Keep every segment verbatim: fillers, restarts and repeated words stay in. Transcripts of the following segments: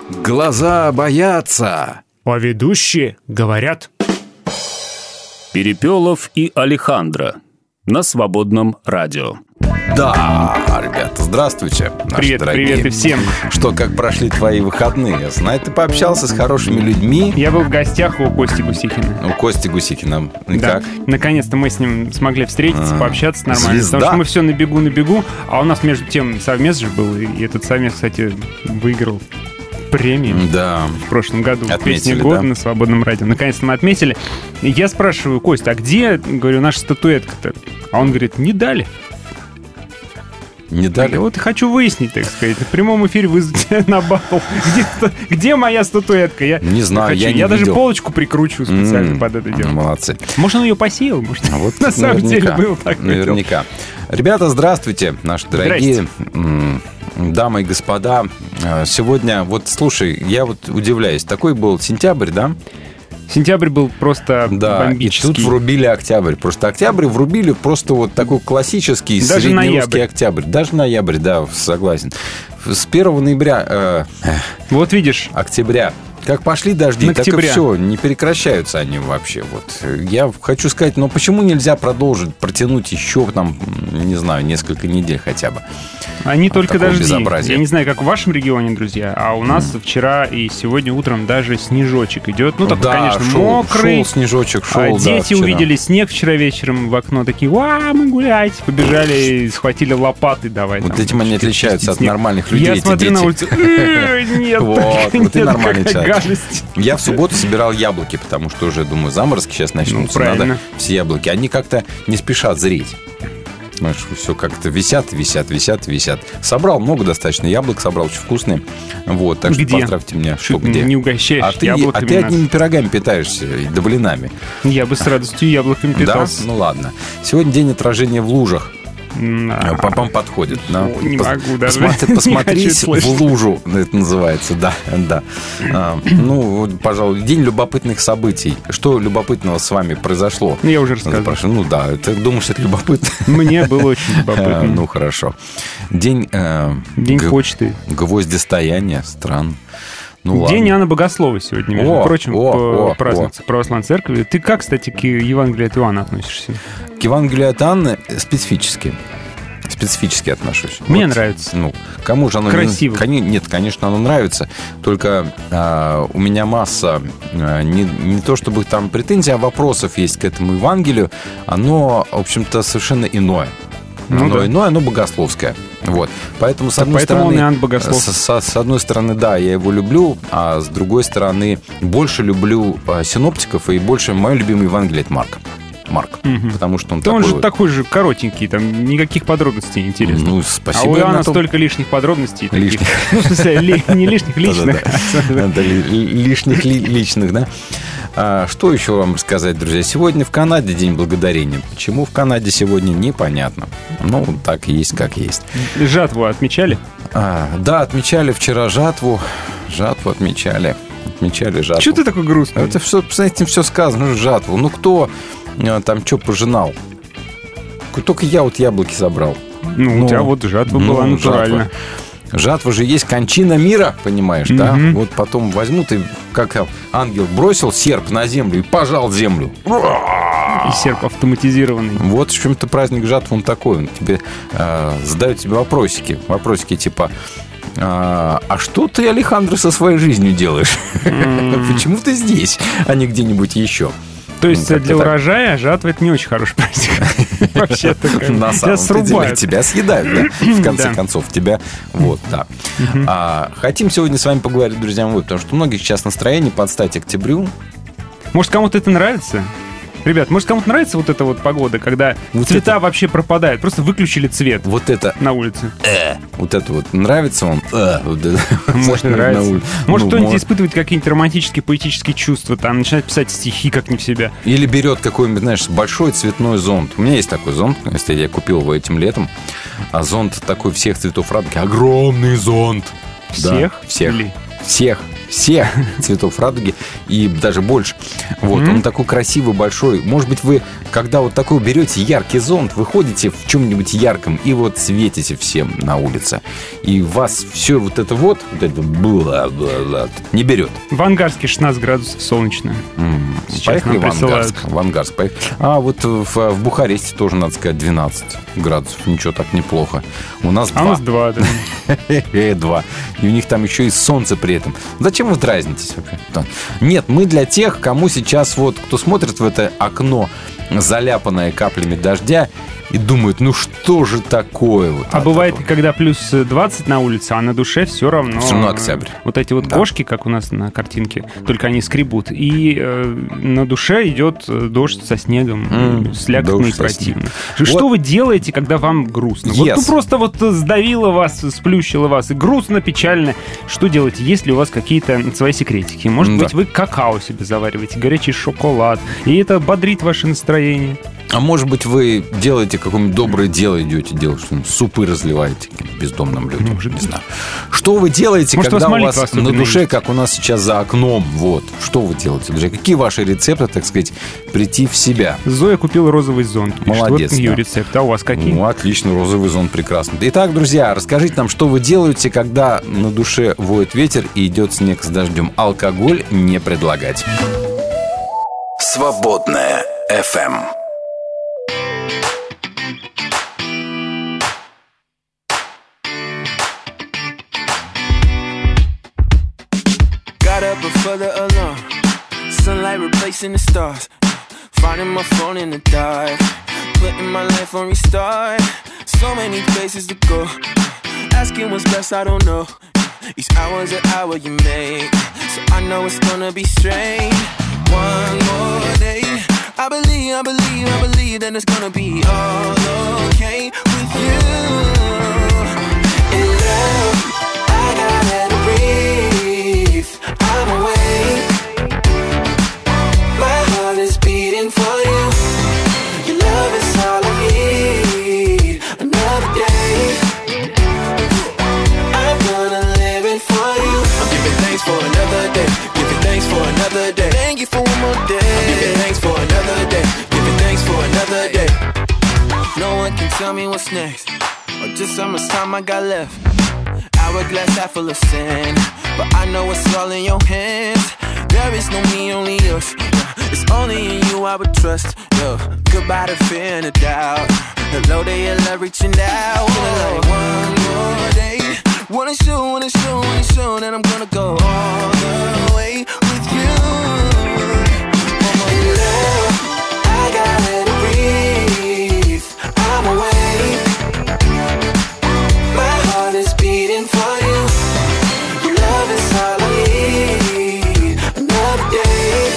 Глаза боятся, а ведущие говорят. Перепелов и Алехандро на Свободном радио. Да, ребята, здравствуйте, наши Привет, дорогие. привет и всем. Что, как прошли твои выходные? Я знаю, ты пообщался с хорошими людьми. Я был в гостях у Кости Гусихина. У Кости Гусихина. И Да. как? Наконец-то мы с ним смогли встретиться, А, пообщаться нормально. звезда. Потому что мы все на бегу, на бегу. А у нас между тем совмест же был. И этот совмест, кстати, выиграл премию Да. в прошлом году. Отметили, Песня года да? на Свободном радио. Наконец-то мы отметили. И я спрашиваю: Кость, а где, говорю, наша статуэтка-то? А он говорит: не дали. Не дали? Я вот и хочу выяснить, так сказать, в прямом эфире вызвать на батл. Где, где моя статуэтка? Я Не знаю, хочу. я не Я даже видел. полочку прикручу специально М, под это дело. Молодцы. Может, он ее посеял? Может, А вот на самом деле наверняка, был так. Наверняка. Ребята, здравствуйте, наши дорогие м, дамы и господа. Э, Сегодня, вот слушай, я вот удивляюсь. Такой был сентябрь, да? Сентябрь был просто Да, бомбический. и тут врубили октябрь. Просто октябрь врубили просто вот такой классический Даже среднерусский ноябрь. октябрь. Даже ноябрь, да, согласен. С первого ноября, э, Вот видишь, октября, как пошли дожди, так и Ноктября. все, не прекращаются они вообще. Вот. Я хочу сказать, но почему нельзя продолжить, протянуть еще там, не знаю, несколько недель хотя бы? они только такого дожди. безобразия. Я не знаю, как в вашем регионе, друзья, а у нас вчера и сегодня утром даже снежочек идет. Ну, такой, Да, конечно, шел, мокрый. шел снежочек, шел, А да, дети вчера. увидели снег вчера вечером в окно, такие: «Ва, мы гулять!» Побежали, схватили лопаты, давай. Вот там, этим они чистить отличаются от снег. нормальных людей, Я эти смотрю на дети. улицу: «Э, нет, Вот, так, вот ты нет, нормальный какая человек. гадость». Я в субботу собирал яблоки, потому что уже, думаю, заморозки сейчас начнутся. Ну, правильно. Надо все яблоки. Они как-то не спешат зреть. Знаешь, все как-то висят, висят, висят, висят. Собрал много достаточно яблок, собрал очень вкусные. Вот, так что Где? поздравьте меня. Что, Чуть где? не угощаешь А ты, а яблоками ты нас. одними пирогами питаешься, и да блинами. Я бы с радостью яблоками Да? питался. Ну ладно. Сегодня день отражения в лужах. Да. Папам подходит. Да. О, не Пос- могу даже. посмотри- Не Посмотрись хочу слышать. в лужу, это называется, да. да. А, ну, вот, пожалуй, день любопытных событий. Что любопытного с вами произошло? Ну, я уже рассказал. Запрашиваю. Ну да, ты думаешь, это любопытно? Мне было очень А, любопытно. Ну, хорошо. День... э, День г- почты. Гвоздистояния, странно. Ну, ладно. День Иоанна Богослова сегодня, между О, прочим, о, по- о, празднуется в православной церкви. Ты как, кстати, к Евангелию от Иоанна относишься? К Евангелию от Анны специфически. Специфически отношусь. Мне нравится. Ну, кому же оно... Красиво. Не, кони- нет, конечно, оно нравится. Только а, у меня масса а, не, не то чтобы там претензий, а вопросов есть к этому Евангелию. Оно, в общем-то, совершенно иное. Ну оно да. иное, оно богословское. Вот. Поэтому, с Так одной поэтому он стороны... Иоанн Богослов. С, с- с одной стороны, да, я его люблю, а с другой стороны, больше люблю а, синоптиков, и больше мой любимый Евангелие — это Марк. Марк. Мгм. Потому что он Да такой... он же вот- такой же коротенький, там никаких подробностей не интересно. Ну, А спасибо. у им Иоанна на том- столько лишних подробностей. таких. Лишних. Ну, в смысле, ли- не лишних, личных. Да-да-да. Да, ли- ли- лишних ли- личных, да. А, что еще вам рассказать, друзья? Сегодня в Канаде День Благодарения. Почему в Канаде сегодня, непонятно. Ну, так есть, как есть. Жатву отмечали? А, да, отмечали вчера жатву. Жатву отмечали. Отмечали жатву. Чего ты такой грустный? Это все, с этим все сказано, жатву. Ну, кто а, там что пожинал? Только я вот яблоки собрал. Ну, Ну, у тебя вот жатва ну, была натурально. жатва. Жатва же есть кончина мира, понимаешь, да? Мгм. Вот потом возьмут и, как там, ангел бросил серп на землю и пожал землю. И серп автоматизированный. Вот в чем-то праздник жатвы он такой. Он тебе э, задают тебе вопросики. Вопросики типа: а, а что ты, Алехандро, со своей жизнью делаешь? Почему ты здесь, а не где-нибудь еще? То есть Ну, как-то для так. урожая жатва — это не очень хороший праздник. Вообще-то. На Тебя самом деле срубают. тебя съедают, да, в конце Да. концов, тебя, вот, да. А, хотим сегодня с вами поговорить, друзья мои, потому что у многих сейчас настроение под стать октябрю. Может, кому-то это нравится? Ребят, может, кому-то нравится вот эта вот погода, когда Вот цвета это- вообще пропадают, просто выключили цвет Вот это, на улице. э, вот это вот, нравится вам? Э, вот это. Может, На нравится. улице. Может, Ну, кто-нибудь может. испытывает какие-нибудь романтические, поэтические чувства, там, начинает писать стихи, как не в себя. Или берет какой-нибудь, знаешь, большой цветной зонт. У меня есть такой зонт, если я купил его этим летом. А зонт такой всех цветов радуги. Огромный зонт. Да, Всех? всех. Или- Всех. всех цветов радуги и даже больше. Вот, mm-hmm. он такой красивый, большой. Может быть, вы, когда вот такой берете яркий зонт, выходите в чем-нибудь ярком и вот светите всем на улице. И вас все вот это вот, вот это бла-бла-бла, не берет. В Ангарске шестнадцать градусов солнечно. Mm. Поехали в Ангарск. В Ангарск поехали. А вот в, в Бухаресте тоже, надо сказать, двенадцать градусов. Ничего, так неплохо. У нас два. А у нас два, да. Два. И у них там еще и солнце при этом. Зачем вы дразнитесь вообще? Нет, мы для тех, кому сейчас вот, кто смотрит в это окно, заляпанное каплями дождя, и думают, ну что же такое вот. А бывает, такое? Когда плюс двадцать на улице, а на душе все равно... Все равно октябрь. Вот эти вот да. кошки, как у нас на картинке, только они скребут. И э, на душе идет дождь со снегом, mm, слякотно и противно. Что вот. Вы делаете, когда вам грустно? Yes. Вот ну, просто вот сдавило вас, сплющило вас, и грустно, печально. Что делаете? Есть ли у вас какие-то свои секретики? Может да. быть, вы какао себе завариваете, горячий шоколад, и это бодрит ваше настроение? А может быть, вы делаете какое-нибудь доброе дело, идете делать, что-нибудь, супы разливаете бездомным людям, может, не знаю. Что вы делаете, может, когда у вас на душе, есть? Как у нас сейчас за окном, вот, что вы делаете, друзья? Какие ваши рецепты, так сказать, прийти в себя? Зоя купила розовый зонт. Молодец. Вот ее да. рецепт, а у вас какие? Ну, отлично, розовый зонт прекрасный. Итак, друзья, расскажите нам, что вы делаете, когда на душе воет ветер и идет снег с дождем. Алкоголь не предлагать. Свободная эф эм. Got up before the alarm. Sunlight replacing the stars. Finding my phone in the dark. Putting my life on restart. So many places to go. Asking what's best, I don't know. Each hour's an hour you make. So I know it's gonna be strange. One more day. I believe, I believe, I believe that it's gonna be all okay with you. In love, I gotta breathe. I'm awake. My heart is beating for you. Your love is all I need. Another day. I'm gonna live it for you. I'm giving thanks for another day. Giving thanks for another day. Thank you for one more day. I'm giving thanks for another day. Giving thanks for another day. No one can tell me what's next, or just how much time I got left. Hourglass half full of sin, but I know it's all in your hands. There is no me, only us. It's only in you I would trust. Yo, goodbye to fear and a doubt. Hello to your love reaching out. Like one more day. Wanna show, wanna show, wanna show that I'm gonna go all the way with you. One more love, I gotta breathe. I'm awake. My heart is beating for you. Your love is all I need. Another day.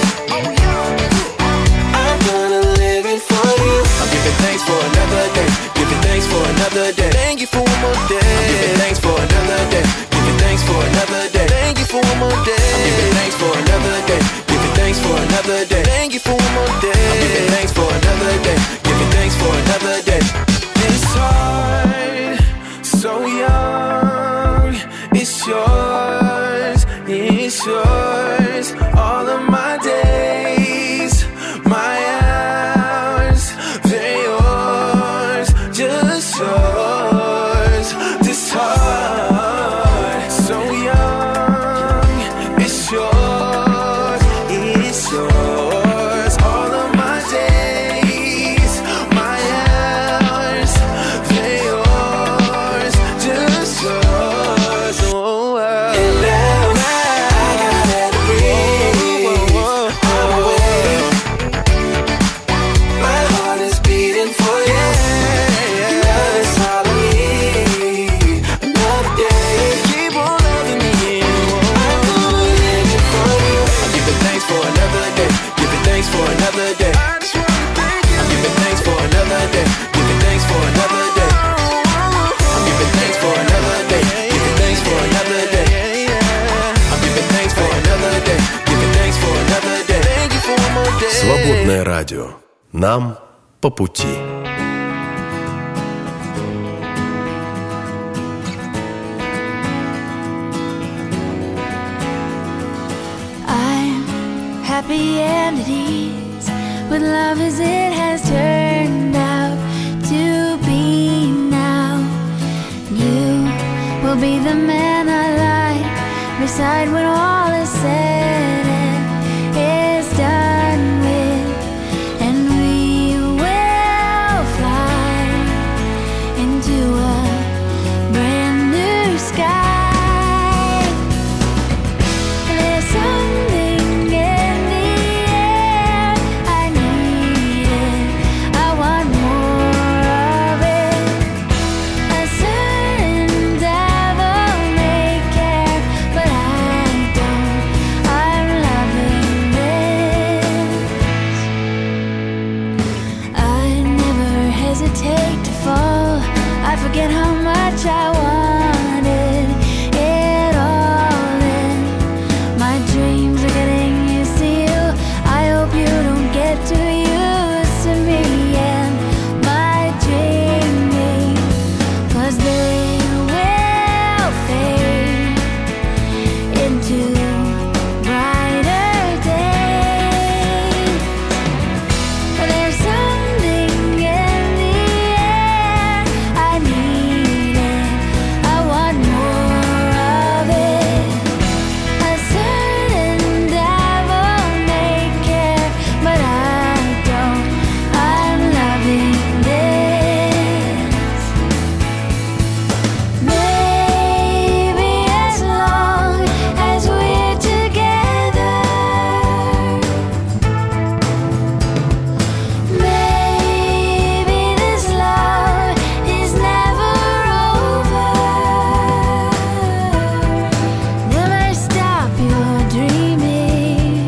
I'm gonna live it for you. I'm giving thanks for another day. Giving thanks for another day. Thank you for one more day. I'm giving thanks for another day. Giving thanks for another day. Thank you for one more day. I'm giving thanks for another day. Giving thanks for another day. Thank you for one more day. I'm giving thanks for another day. Giving thanks for another day. This heart, so young, it's yours, it's yours. All of my days, my hours, they're yours, just yours. This heart, so young, it's yours, it's yours. All of my days, my hours, they're yours, just yours. Oh, uh. And now I gotta breathe. I'm awake. My heart is beating for you. Your love is all I need. Another day. Keep on loving me. I'm gonna live it for you. I'm giving thanks for another day. Giving thanks for another day. I just wanna thank you. I'm giving thanks for another day. Giving thanks for another day. I'm giving thanks for another day. Giving thanks for another day. I'm giving thanks for another day. Giving thanks for another day. Thank you for one more day. Свободное радио. Нам по пути. happy and at ease with love as it has turned out to be now. You will be the man I like beside when all is said and is done with, and we will fly into a brand new sky. There's something in the air, I need it, I want more of it. A certain devil may care, but I don't, I'm loving this. I never hesitate to fall, I forget how much I wanted it all in. My dreams are getting used to you, I hope you don't get too used to me and my dreaming, 'cause they will fade into brighter days. There's something in the air, I need it, I want more of it. A certain devil may care, but I don't, I'm loving this. Maybe as long as we're together, maybe this love is never over. Never stop your dreaming.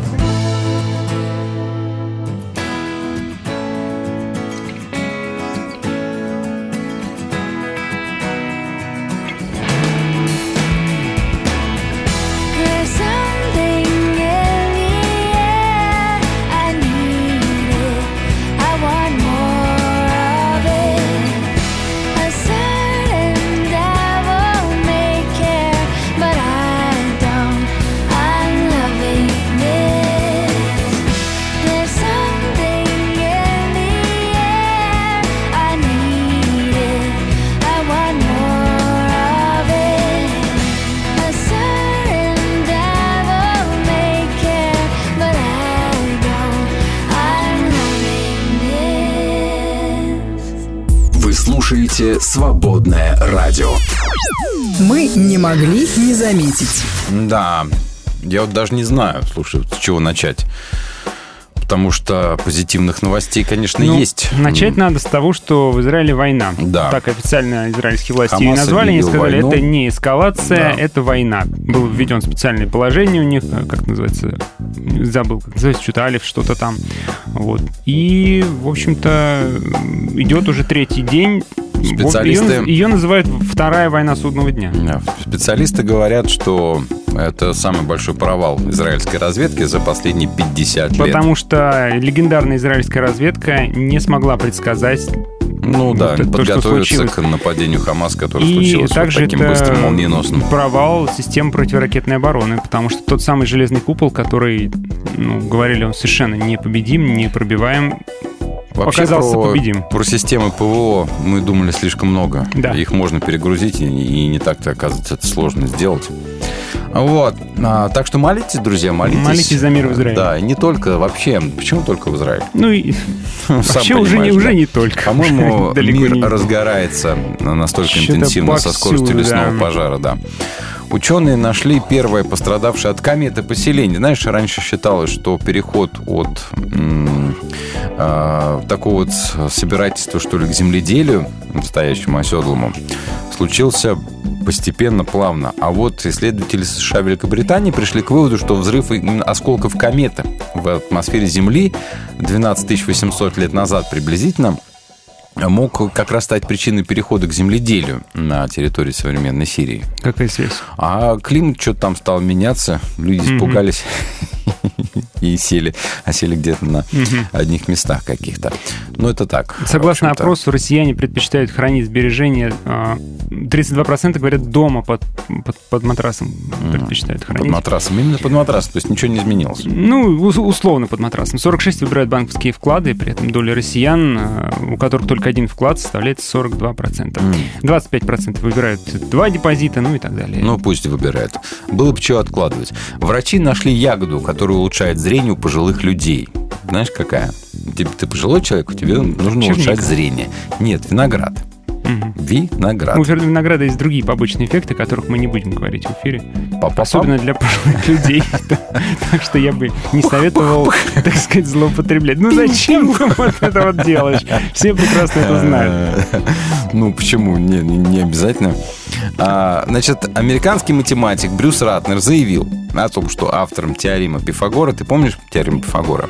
There's something in the air, I need it, I want more of it. A certain devil may care, but I don't, I'm loving this. There's something in the air, I need it, I want more of it. A certain devil may care, but I don't, I'm loving this. Вы слушаете «Свободное радио». Мы не могли не заметить. Да, я вот даже не знаю, слушай, с чего начать. Потому что позитивных новостей, конечно, Ну, есть. Начать надо с того, что в Израиле война. Да. Так официально израильские власти ее Хамас назвали. Они объявил сказали, войну. это не эскалация, Да. это война. Было введено специальное положение у них, как это называется, забыл, как называется, что-то Алиф, что-то там. Вот. И, в общем-то, идет уже третий день. Специалисты- Ее, ее называют «Вторая война судного дня». Да, специалисты говорят, что это самый большой провал израильской разведки за последние пятьдесят лет. Потому что легендарная израильская разведка не смогла предсказать. Ну да, Вот это то, что подготовиться случилось. к нападению Хамас, которое И случилось вот также таким это быстрым, молниеносным. провал системы противоракетной обороны, потому что тот самый железный купол, который, ну, говорили, он совершенно непобедим, непробиваем, Вообще оказался про, победим. про системы ПВО мы думали слишком много. Да. Их можно перегрузить, и, и не так-то, оказывается, это сложно сделать. Вот. А, так что молитесь, друзья, молитесь. Молитесь за мир в Израиле. Да, и не только вообще. Почему только в Израиле? Ну и Сам вообще уже не, понимаешь, уже да. не только. По-моему, Далеко мир не- разгорается настолько Что-то интенсивно со повсюду, скоростью лесного да. пожара, да. Ученые нашли первое пострадавшее от кометы поселение. Знаешь, раньше считалось, что переход от м, э, такого вот собирательства, что ли, к земледелию, настоящему оседлому, случился постепенно, плавно. А вот исследователи США и Великобритании пришли к выводу, что взрыв именно осколков кометы в атмосфере Земли двенадцать тысяч восемьсот лет назад приблизительно мог как раз стать причиной перехода к земледелию на территории современной Сирии. Какая связь? А климат что-то там стал меняться, люди испугались и сели, осели где-то на одних местах каких-то. Ну, это так. Согласно в общем-то. опросу, россияне предпочитают хранить сбережения э, тридцать два процента говорят, дома под, под, под матрасом предпочитают хранить. Под матрасом. Именно под матрасом. То есть ничего не изменилось. Ну, условно под матрасом. сорок шесть выбирают банковские вклады, при этом доля россиян, у которых только один вклад, составляет сорок два процента. двадцать пять процентов выбирают два депозита, ну и так далее. Ну, пусть выбирают. Было бы чего откладывать. Врачи нашли ягоду, которая улучшает зрение у пожилых людей. Знаешь, какая? Ты, ты пожилой человек, тебе нужно Черника. улучшать зрение. Нет, виноград. Угу. Виноград. У винограда есть другие побочные эффекты, о которых мы не будем говорить в эфире. Па-па-пам. Особенно для пожилых людей. Так что я бы не советовал, так сказать, злоупотреблять. Ну зачем ты вот это вот делаешь? Все прекрасно это знают. Ну почему? Не, не обязательно. А, значит, американский математик Брюс Ратнер заявил о том, что автором теоремы Пифагора... Ты помнишь теорему Пифагора?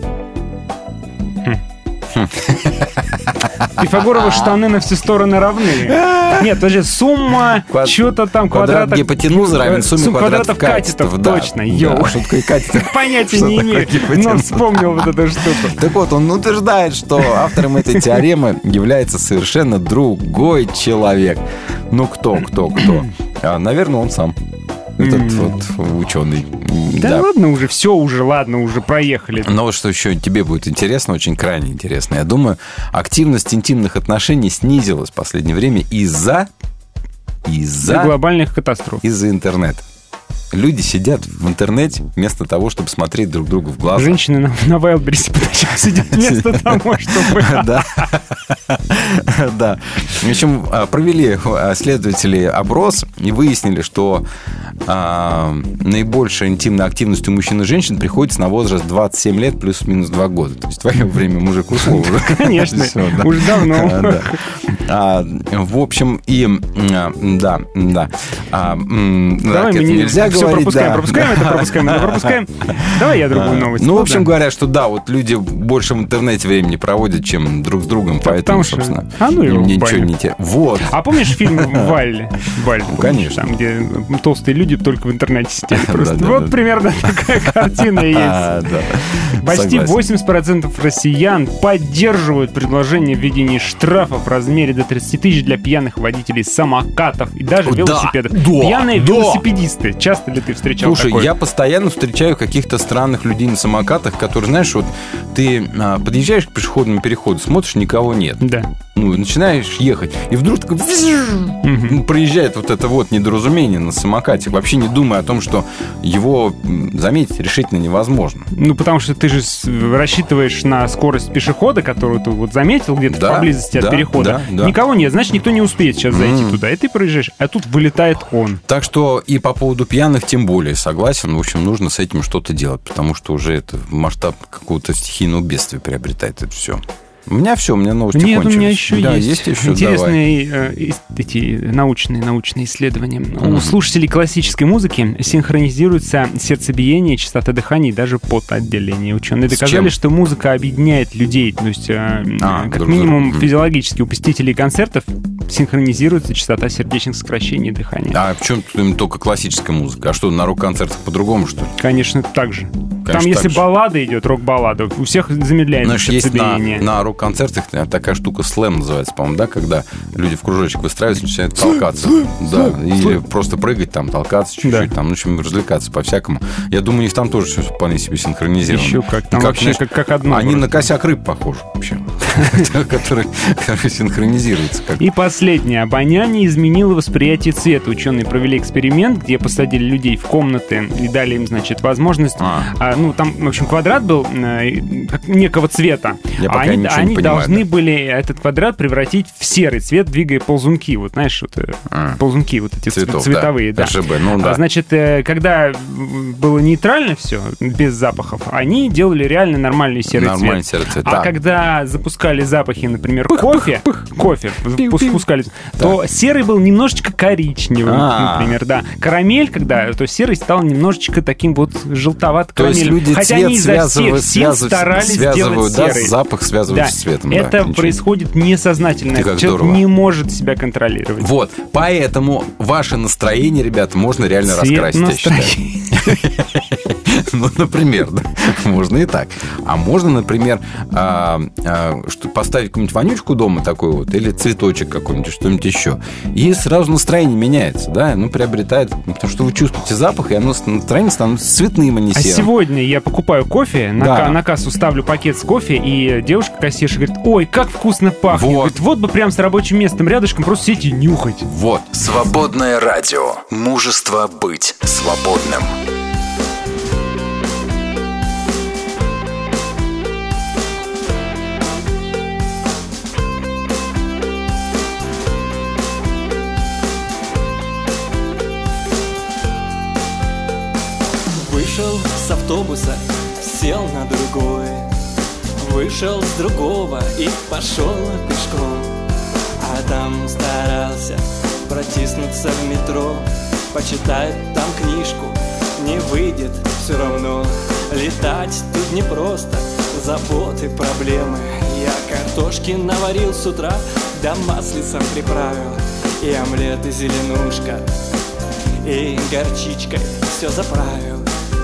Пифагоровы штаны на все стороны равны. Нет, подожди, сумма Квад... что-то там квадрат квадратов... гипотенузы равен сумме сумма квадратов катетов. катетов. Да. Точно, йоу. Да, что такое катетов? Понятия не имею, но вспомнил вот эту штуку. Так вот, он утверждает, что автором этой теоремы является совершенно другой человек. Ну, кто, кто, кто? А, наверное, он сам. Этот mm. вот ученый. Да, да ладно уже, все уже, ладно, уже проехали. Но вот что еще тебе будет интересно, очень крайне интересно. Я думаю, активность интимных отношений снизилась в последнее время из-за... Из-за... глобальных катастроф. Из-за интернета. Люди сидят в интернете вместо того, чтобы смотреть друг другу в глаза. Женщины на, на Wildberries по ночам сидят вместо того, чтобы... Да. Да. В общем, провели следователи опрос и выяснили, что наибольшая интимная активность у мужчин и женщин приходится на возраст двадцать семь лет плюс-минус два года. То есть в твое время мужик уснул уже. Конечно, уже давно. В общем, и... Да, да. Давай мы нельзя говорить. Все пропускаем, да. пропускаем это, пропускаем это, пропускаем. Давай я другую новость. Ну, в общем, говорят, что да, вот люди больше в интернете времени проводят, чем друг с другом, поэтому, собственно, а ну его ничего не те. Вот. А помнишь фильм «Валь»? «Валь», конечно. Там, где толстые люди только в интернете сидят. Просто вот примерно такая картина есть. Почти восемьдесят процентов россиян поддерживают предложение введения штрафов в размере до тридцать тысяч для пьяных водителей самокатов и даже велосипедов. Пьяные велосипедисты. Часто ли ты встречал Слушай, такое? я постоянно встречаю каких-то странных людей на самокатах, которые, знаешь, вот ты а, подъезжаешь к пешеходному переходу, смотришь, никого нет. Да. Ну, и начинаешь ехать, и вдруг такой угу. проезжает вот это вот недоразумение на самокате, вообще не думая о том, что его заметить решительно невозможно. Ну, потому что ты же рассчитываешь на скорость пешехода, которую ты вот заметил где-то да, поблизости да, от перехода. Да, да. Никого нет, значит, никто не успеет сейчас зайти mm. туда, и ты проезжаешь, а тут вылетает он. Так что и по поводу пьяных тем более согласен. В общем, нужно с этим что-то делать, потому что уже это масштаб какого-то стихийного бедствия приобретает это все. У меня все, у меня новости Нет, кончились. у меня еще да, есть, есть еще, интересные э, эти научные, научные исследования. Mm-hmm. У слушателей классической музыки синхронизируется сердцебиение, частота дыхания и даже потоотделение. Ученые доказали, что музыка объединяет людей. То есть, э, а, как минимум, mm-hmm. физиологически у посетителей концертов синхронизируется частота сердечных сокращений и дыхания. А в чем тут только классическая музыка? А что, на рок-концертах по-другому, что ли? Конечно, так же. Конечно, там, если же. баллада идет, рок-баллада, у всех замедляется сердцебиение. На, на рок-концертах такая штука слэм называется, по-моему, да, когда люди в кружочек выстраиваются, начинают толкаться. Да, или просто прыгать там, толкаться чуть-чуть, да. там, ну, в общем, развлекаться по-всякому. Я думаю, у них там тоже все вполне себе синхронизировано. Еще как, там как, вообще знаешь, как, как одно. Они просто. на косяк рыб похожи вообще, который синхронизируется. И последнее. Обоняние изменило восприятие цвета. Ученые провели эксперимент, где посадили людей в комнаты и дали им, значит, возможность... А. Ну, там, в общем, квадрат был некого цвета. Я пока они ничего они не понимаю, должны да. были этот квадрат превратить в серый цвет, двигая ползунки. Вот, знаешь, вот, а. ползунки вот эти Цветов, цветовые. Да. Да. эр джи би, ну да. А, значит, когда было нейтрально все, без запахов, они делали реально нормальный серый Нормальный цвет. серый цвет. А да. когда запускали запахи, например, кофе, кофе спускали, то да. серый был немножечко коричневым, А-а-а. например, да. Карамель, когда, то серый стал немножечко таким вот желтовато-карамельным. Хотя они изо всех сил старались сделать да, серый. Запах связывают да. с цветом. Это да, происходит несознательно. Человек здорово. не может себя контролировать. Вот, поэтому ваше настроение, ребята, можно реально Цвет раскрасить, я считаю. Ну, например, да. Можно и так. А можно, например, а, а, что, поставить какую-нибудь вонючку дома такую вот, или цветочек какой-нибудь, что-нибудь еще. И сразу настроение меняется, да, ну, приобретает, потому что вы чувствуете запах, и оно настроение становится цветным, а не А серым. сегодня я покупаю кофе, на, Да. ка- на кассу ставлю пакет с кофе, и девушка-кассирша говорит: ой, как вкусно пахнет. Вот. Говорит, вот бы прям с рабочим местом рядышком просто сидеть и нюхать. Вот. Свободное радио. Мужество быть свободным. Вышел с автобуса, сел на другой. Вышел с другого и пошел пешком. А там старался протиснуться в метро. Почитает там книжку, не выйдет все равно. Летать тут непросто, заботы, проблемы. Я картошки наварил с утра, да маслицем приправил. И омлет, и зеленушка, и горчичкой все заправил.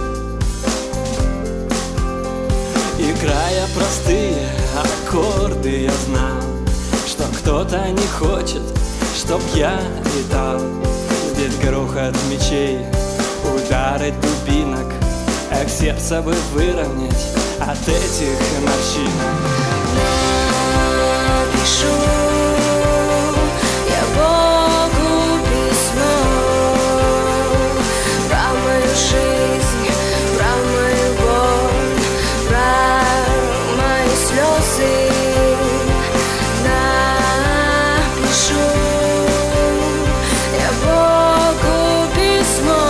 Играя простые аккорды, я знал, что кто-то не хочет, чтоб я летал. Здесь грохот мечей, удары дубинок. Эх, сердце бы выровнять от этих морщин. Напишу я Богу письмо про мою жизнь, про мою боль, про мои слезы. Напишу я Богу письмо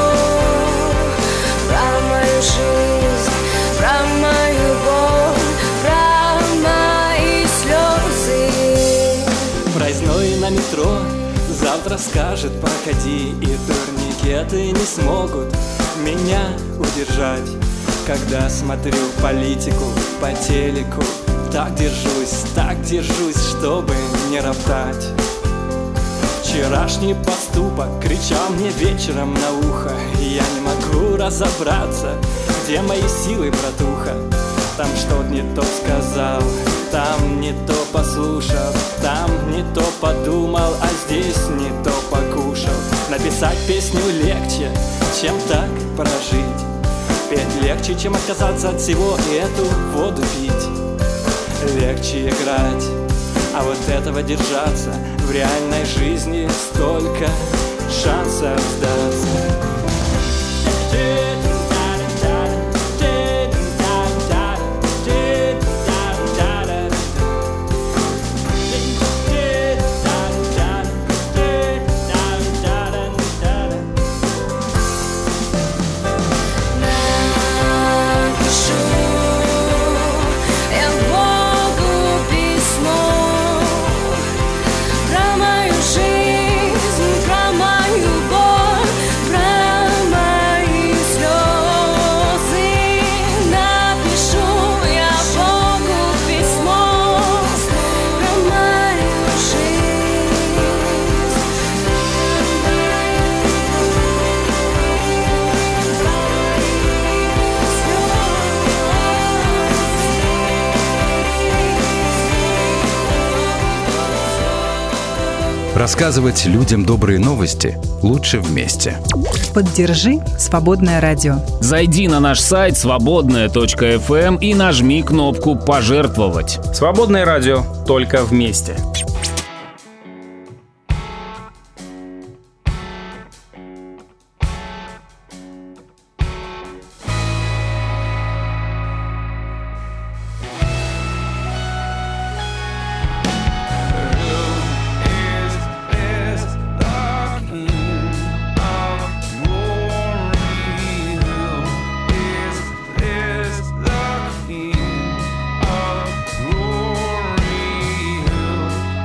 про мою жизнь, про мою боль, про мои слезы. Проездной на метро завтра скажет: проходи. И турникеты не смогут меня удержать. Когда смотрю политику по телеку, так держусь, так держусь, чтобы не роптать. Вчерашний поступок кричал мне вечером на ухо. И я не могу разобраться, где мои силы, братуха. Там что-то не то сказал, там не то послушал, там не то подумал, а здесь не то покушал. Написать песню легче, чем так прожить. Петь легче, чем отказаться от всего и эту воду пить. Легче играть, а вот этого держаться. В реальной жизни столько шансов сдаться. Я Богу письмо про мою жизнь, про мою боль, про мои слезы. Напишу я Богу письмо про мою жизнь. Рассказывать людям добрые новости лучше вместе. Поддержи «Свободное радио». Зайди на наш сайт свободная точка эф эм и нажми кнопку «Пожертвовать». Свободное радио. Только вместе. King of glory,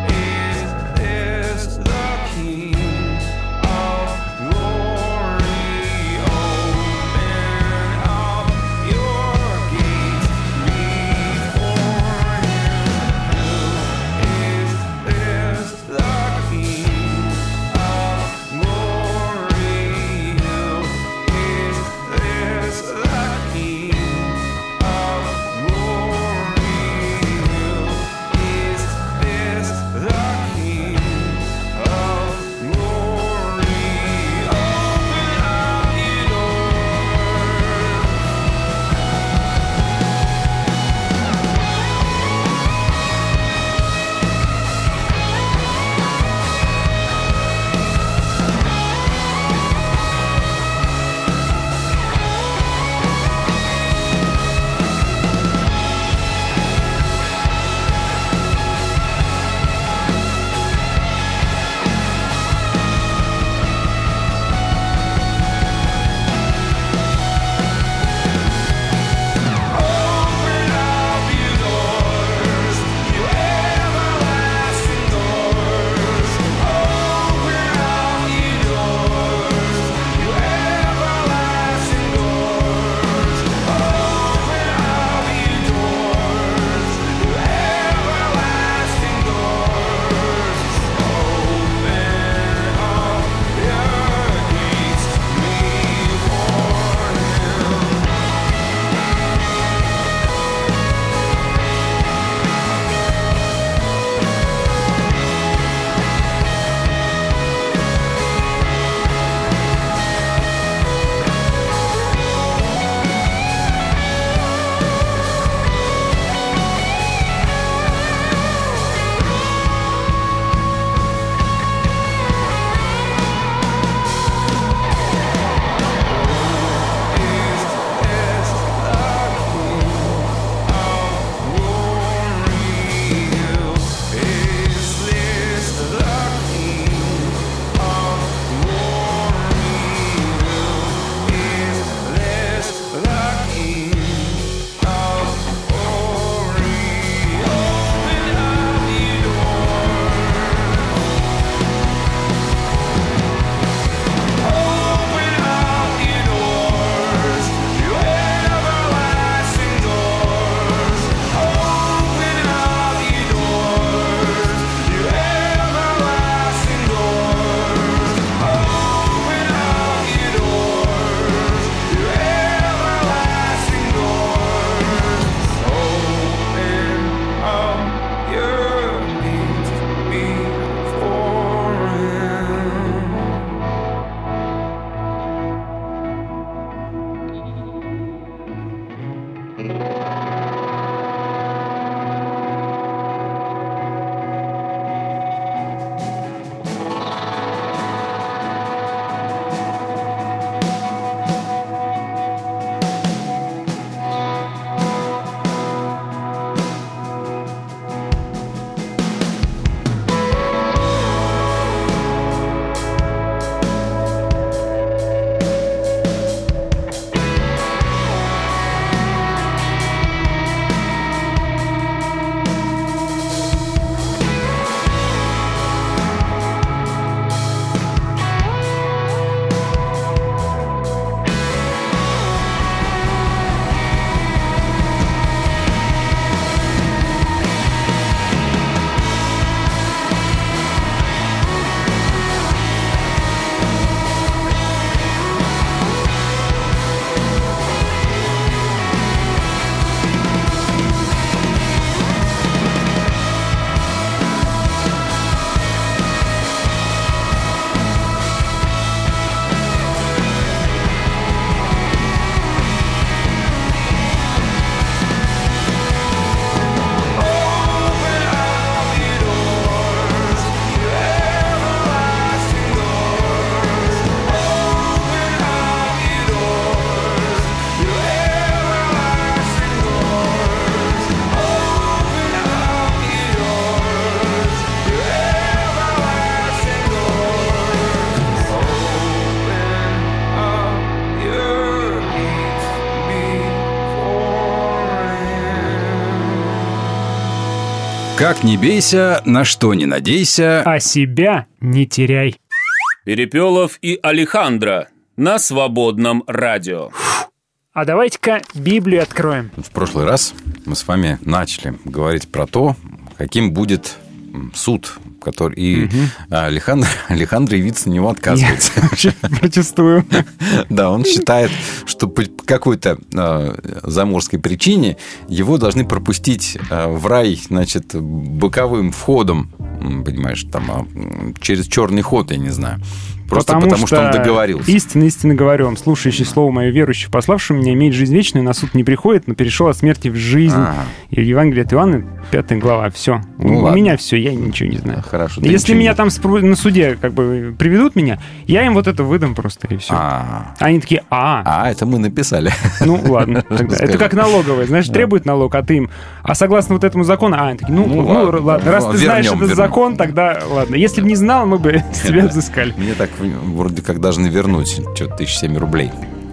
Как не бейся, на что не надейся. А себя не теряй. Перепелов и Алехандро на Свободном радио. А давайте-ка Библию откроем. В прошлый раз мы с вами начали говорить про то, каким будет суд, который... И угу. Алехандро, Алехандро явиться на него отказывается. Я вообще протестую. Да, он считает, что по какой-то э, заморской причине его должны пропустить э, в рай, значит, боковым входом, понимаешь, там, э, через черный ход, я не знаю. Просто потому, потому что, что он договорился. Истинно, истинно говорю вам, слушающий слово мое верующий, пославший меня, имеет жизнь вечную, на суд не приходит, но перешел от смерти в жизнь. А-а-а. И Евангелие от Иоанна, пятая глава, все. Ну, у ладно. Меня все, я ничего не знаю. Хорошо. Если меня не... там на суде как бы приведут меня, я им вот это выдам просто, и все. А-а-а. Они такие, а А, это мы написали. Ну, ладно. Тогда. Это как налоговая, знаешь, требует налог, а ты им, а согласно вот этому закону, а, они такие, ну, ну, ну ладно, ладно, раз ты знаешь этот вернем. закон, тогда ладно. Если бы не знал, мы бы с тебя взыскали. Мне так вроде как должны вернуть что-то тысяча семь рублей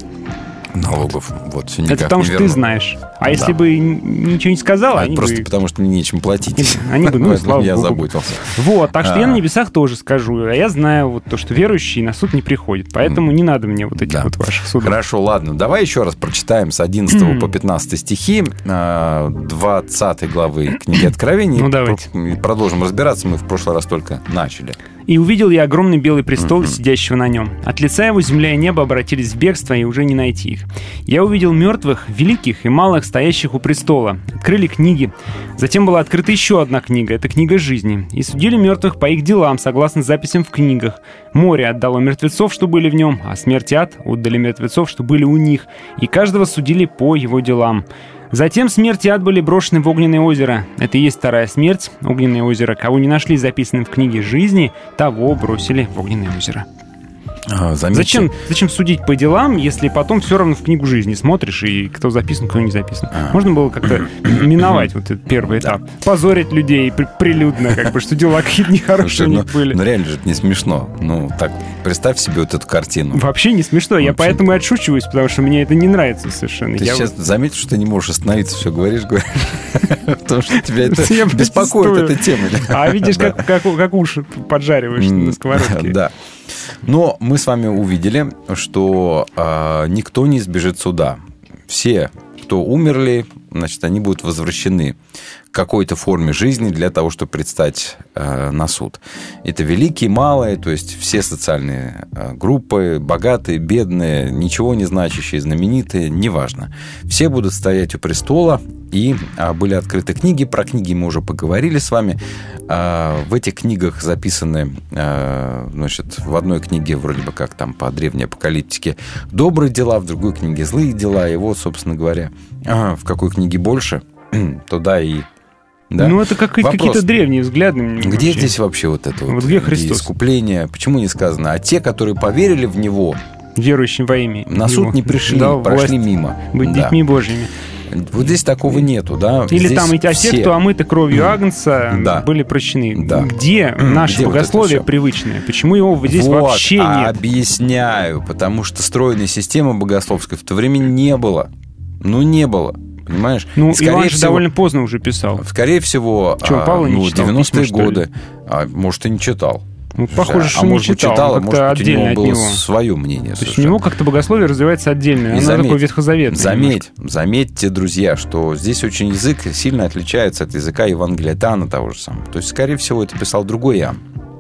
налогов. Вот, все никак это потому не что вернут. Ты знаешь. А да. если бы ничего не сказал, а они просто бы... потому что мне нечем платить. Они бы, ну, слава я Богу. заботился. Вот, так что а. я на небесах тоже скажу. А я знаю вот то, что верующие на суд не приходят. Поэтому mm. не надо мне вот этих да. вот ваших судов. Хорошо, ладно. Давай еще раз прочитаем с одиннадцатого mm. по пятнадцатый стихи двадцатой главы книги Откровений. Ну, давайте. Продолжим разбираться. Мы в прошлый раз только начали. «И увидел я огромный белый престол, mm-hmm. сидящего на нем. От лица его земля и небо обратились в бегство, и уже не найти их. Я увидел мертвых, великих и малых, стоящих у престола. Открыли книги. Затем была открыта еще одна книга, это книга жизни. И судили мертвых по их делам, согласно записям в книгах. Море отдало мертвецов, что были в нем, а смерть и ад отдали мертвецов, что были у них. И каждого судили по его делам. Затем смерть и ад были брошены в огненное озеро. Это и есть вторая смерть, огненное озеро. Кого не нашли записанным в книге жизни, того бросили в огненное озеро». А, зачем, зачем судить по делам, если потом все равно в книгу жизни смотришь, и кто записан, кто не записан? А. Можно было как-то миновать вот этот первый этап. Да. Позорить людей прилюдно, как бы, что дела какие-то нехорошие у них были. Ну, реально же это не смешно. Ну, так, представь себе вот эту картину. Вообще не смешно. Вообще. Я поэтому и отшучиваюсь, потому что мне это не нравится совершенно. Ты я сейчас вот... заметишь, что ты не можешь остановиться, все говоришь, говоришь. Потому что тебя это беспокоит, эта тема. А видишь, как уши поджариваешь на сковородке. Да. Но мы с вами увидели, что э, никто не избежит суда. Все, кто умерли, значит, они будут возвращены к какой-то форме жизни для того, чтобы предстать э, на суд. Это великие, малые, то есть все социальные э, группы, богатые, бедные, ничего не значащие, знаменитые, неважно. Все будут стоять у престола, и э, были открыты книги. Про книги мы уже поговорили с вами. Э, в этих книгах записаны, э, значит, в одной книге вроде бы как там по древней апокалиптике добрые дела, в другой книге злые дела. И вот, собственно говоря, э, в какой книге больше, туда и... Да? Ну, это как какие-то древние взгляды. Где вообще. Здесь вообще вот это вот? Вот где Христос? Искупление? Почему не сказано? А те, которые поверили в Него, верующим во имя на суд его. не пришли, да, прошли мимо. Быть да. детьми Божьими. Вот здесь такого нету, да? Или здесь там, а все... те, кто омыты кровью Агнца, да. были прощены. Да. Где наше Где богословие вот привычное? Почему его здесь вот, вообще нет? Объясняю. Потому что стройной системы богословской в то время не было. Ну, не было. Понимаешь? Ну, Иоанн же всего, довольно поздно уже писал. Скорее всего, Что, Павла не ну, читал? девяностые годы. А, может, и не читал. Ну, похоже, что а не может быть, читал, читал, а может быть, у него было него. свое мнение. То есть у него как-то богословие развивается отдельно. И оно заметь, такое ветхозаветное. Заметь, заметьте, друзья, что здесь очень язык сильно отличается от языка Евангелия от Иоанна того же самого. То есть, скорее всего, это писал другой Иоанн.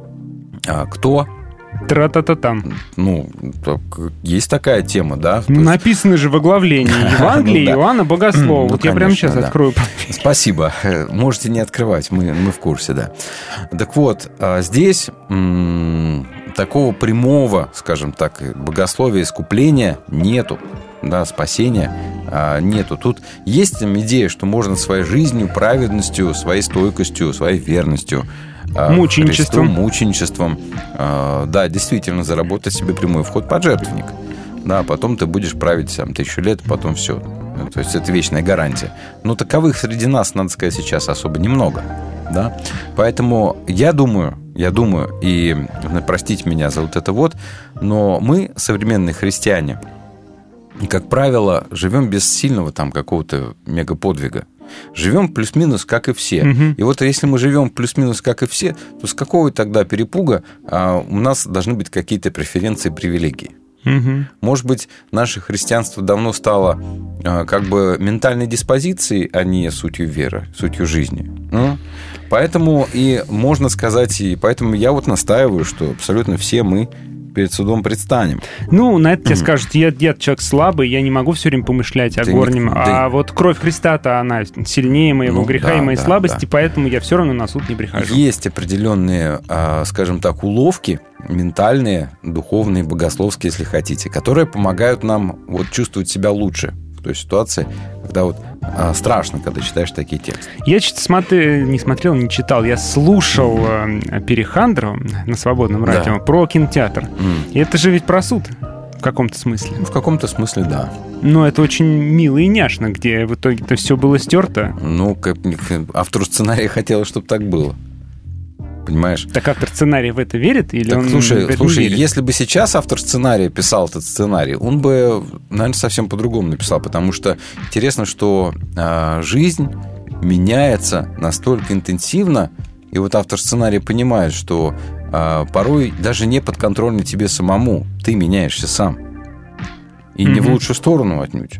А кто? Тра-та-та-там. Ну, есть такая тема, да? Ну, написано же в оглавлении Евангелия Иоанна Богослова. Вот я прямо сейчас открою. Спасибо. Можете не открывать, мы в курсе, да. Так вот, здесь такого прямого, скажем так, богословия, искупления нету. Да, спасения нету. Тут есть там идея, что можно своей жизнью, праведностью, своей стойкостью, своей верностью, мученичеством. Христу, мученичеством, да, действительно заработать себе прямой вход под жертвенник. Да, потом ты будешь править там тысячу лет, потом все. То есть это вечная гарантия. Но таковых среди нас, надо сказать, сейчас особо немного. Да? Поэтому я думаю, я думаю, и простите меня за вот это вот, но мы, современные христиане, как правило, живем без сильного там какого-то мегаподвига. живем плюс-минус, как и все. Угу. И вот если мы живем плюс-минус, как и все, то с какого тогда перепуга а, у нас должны быть какие-то преференции, привилегии? Угу. Может быть, наше христианство давно стало а, как бы ментальной диспозицией, а не сутью веры, сутью жизни. Ну? Поэтому и можно сказать, и поэтому я вот настаиваю, что абсолютно все мы перед судом предстанем. Ну, на это тебе скажут, я, я человек слабый, я не могу все время помышлять о ты горнем, не, а ты... вот кровь Христа-то, она сильнее моего ну, греха да, и моей да, слабости, да. Поэтому я все равно на суд не прихожу. Есть определенные, скажем так, уловки ментальные, духовные, богословские, если хотите, которые помогают нам вот чувствовать себя лучше в той ситуации, когда вот а, страшно, когда читаешь такие тексты. Я смотри, не смотрел, не читал, я слушал э, Перехандрова на Свободном радио да. про кинотеатр. Mm. И это же ведь про суд в каком-то смысле. В каком-то смысле, да. Но это очень мило и няшно, где в итоге-то все было стерто. Ну, как автор сценария хотел, чтобы так было. Понимаешь? Так автор сценария в это верит? Или так, он слушай, в это слушай не верит? Если бы сейчас автор сценария писал этот сценарий, он бы, наверное, совсем по-другому написал, потому что интересно, что э, жизнь меняется настолько интенсивно, и вот автор сценария понимает, что э, порой даже не подконтрольно тебе самому, ты меняешься сам. И mm-hmm. не в лучшую сторону отнюдь.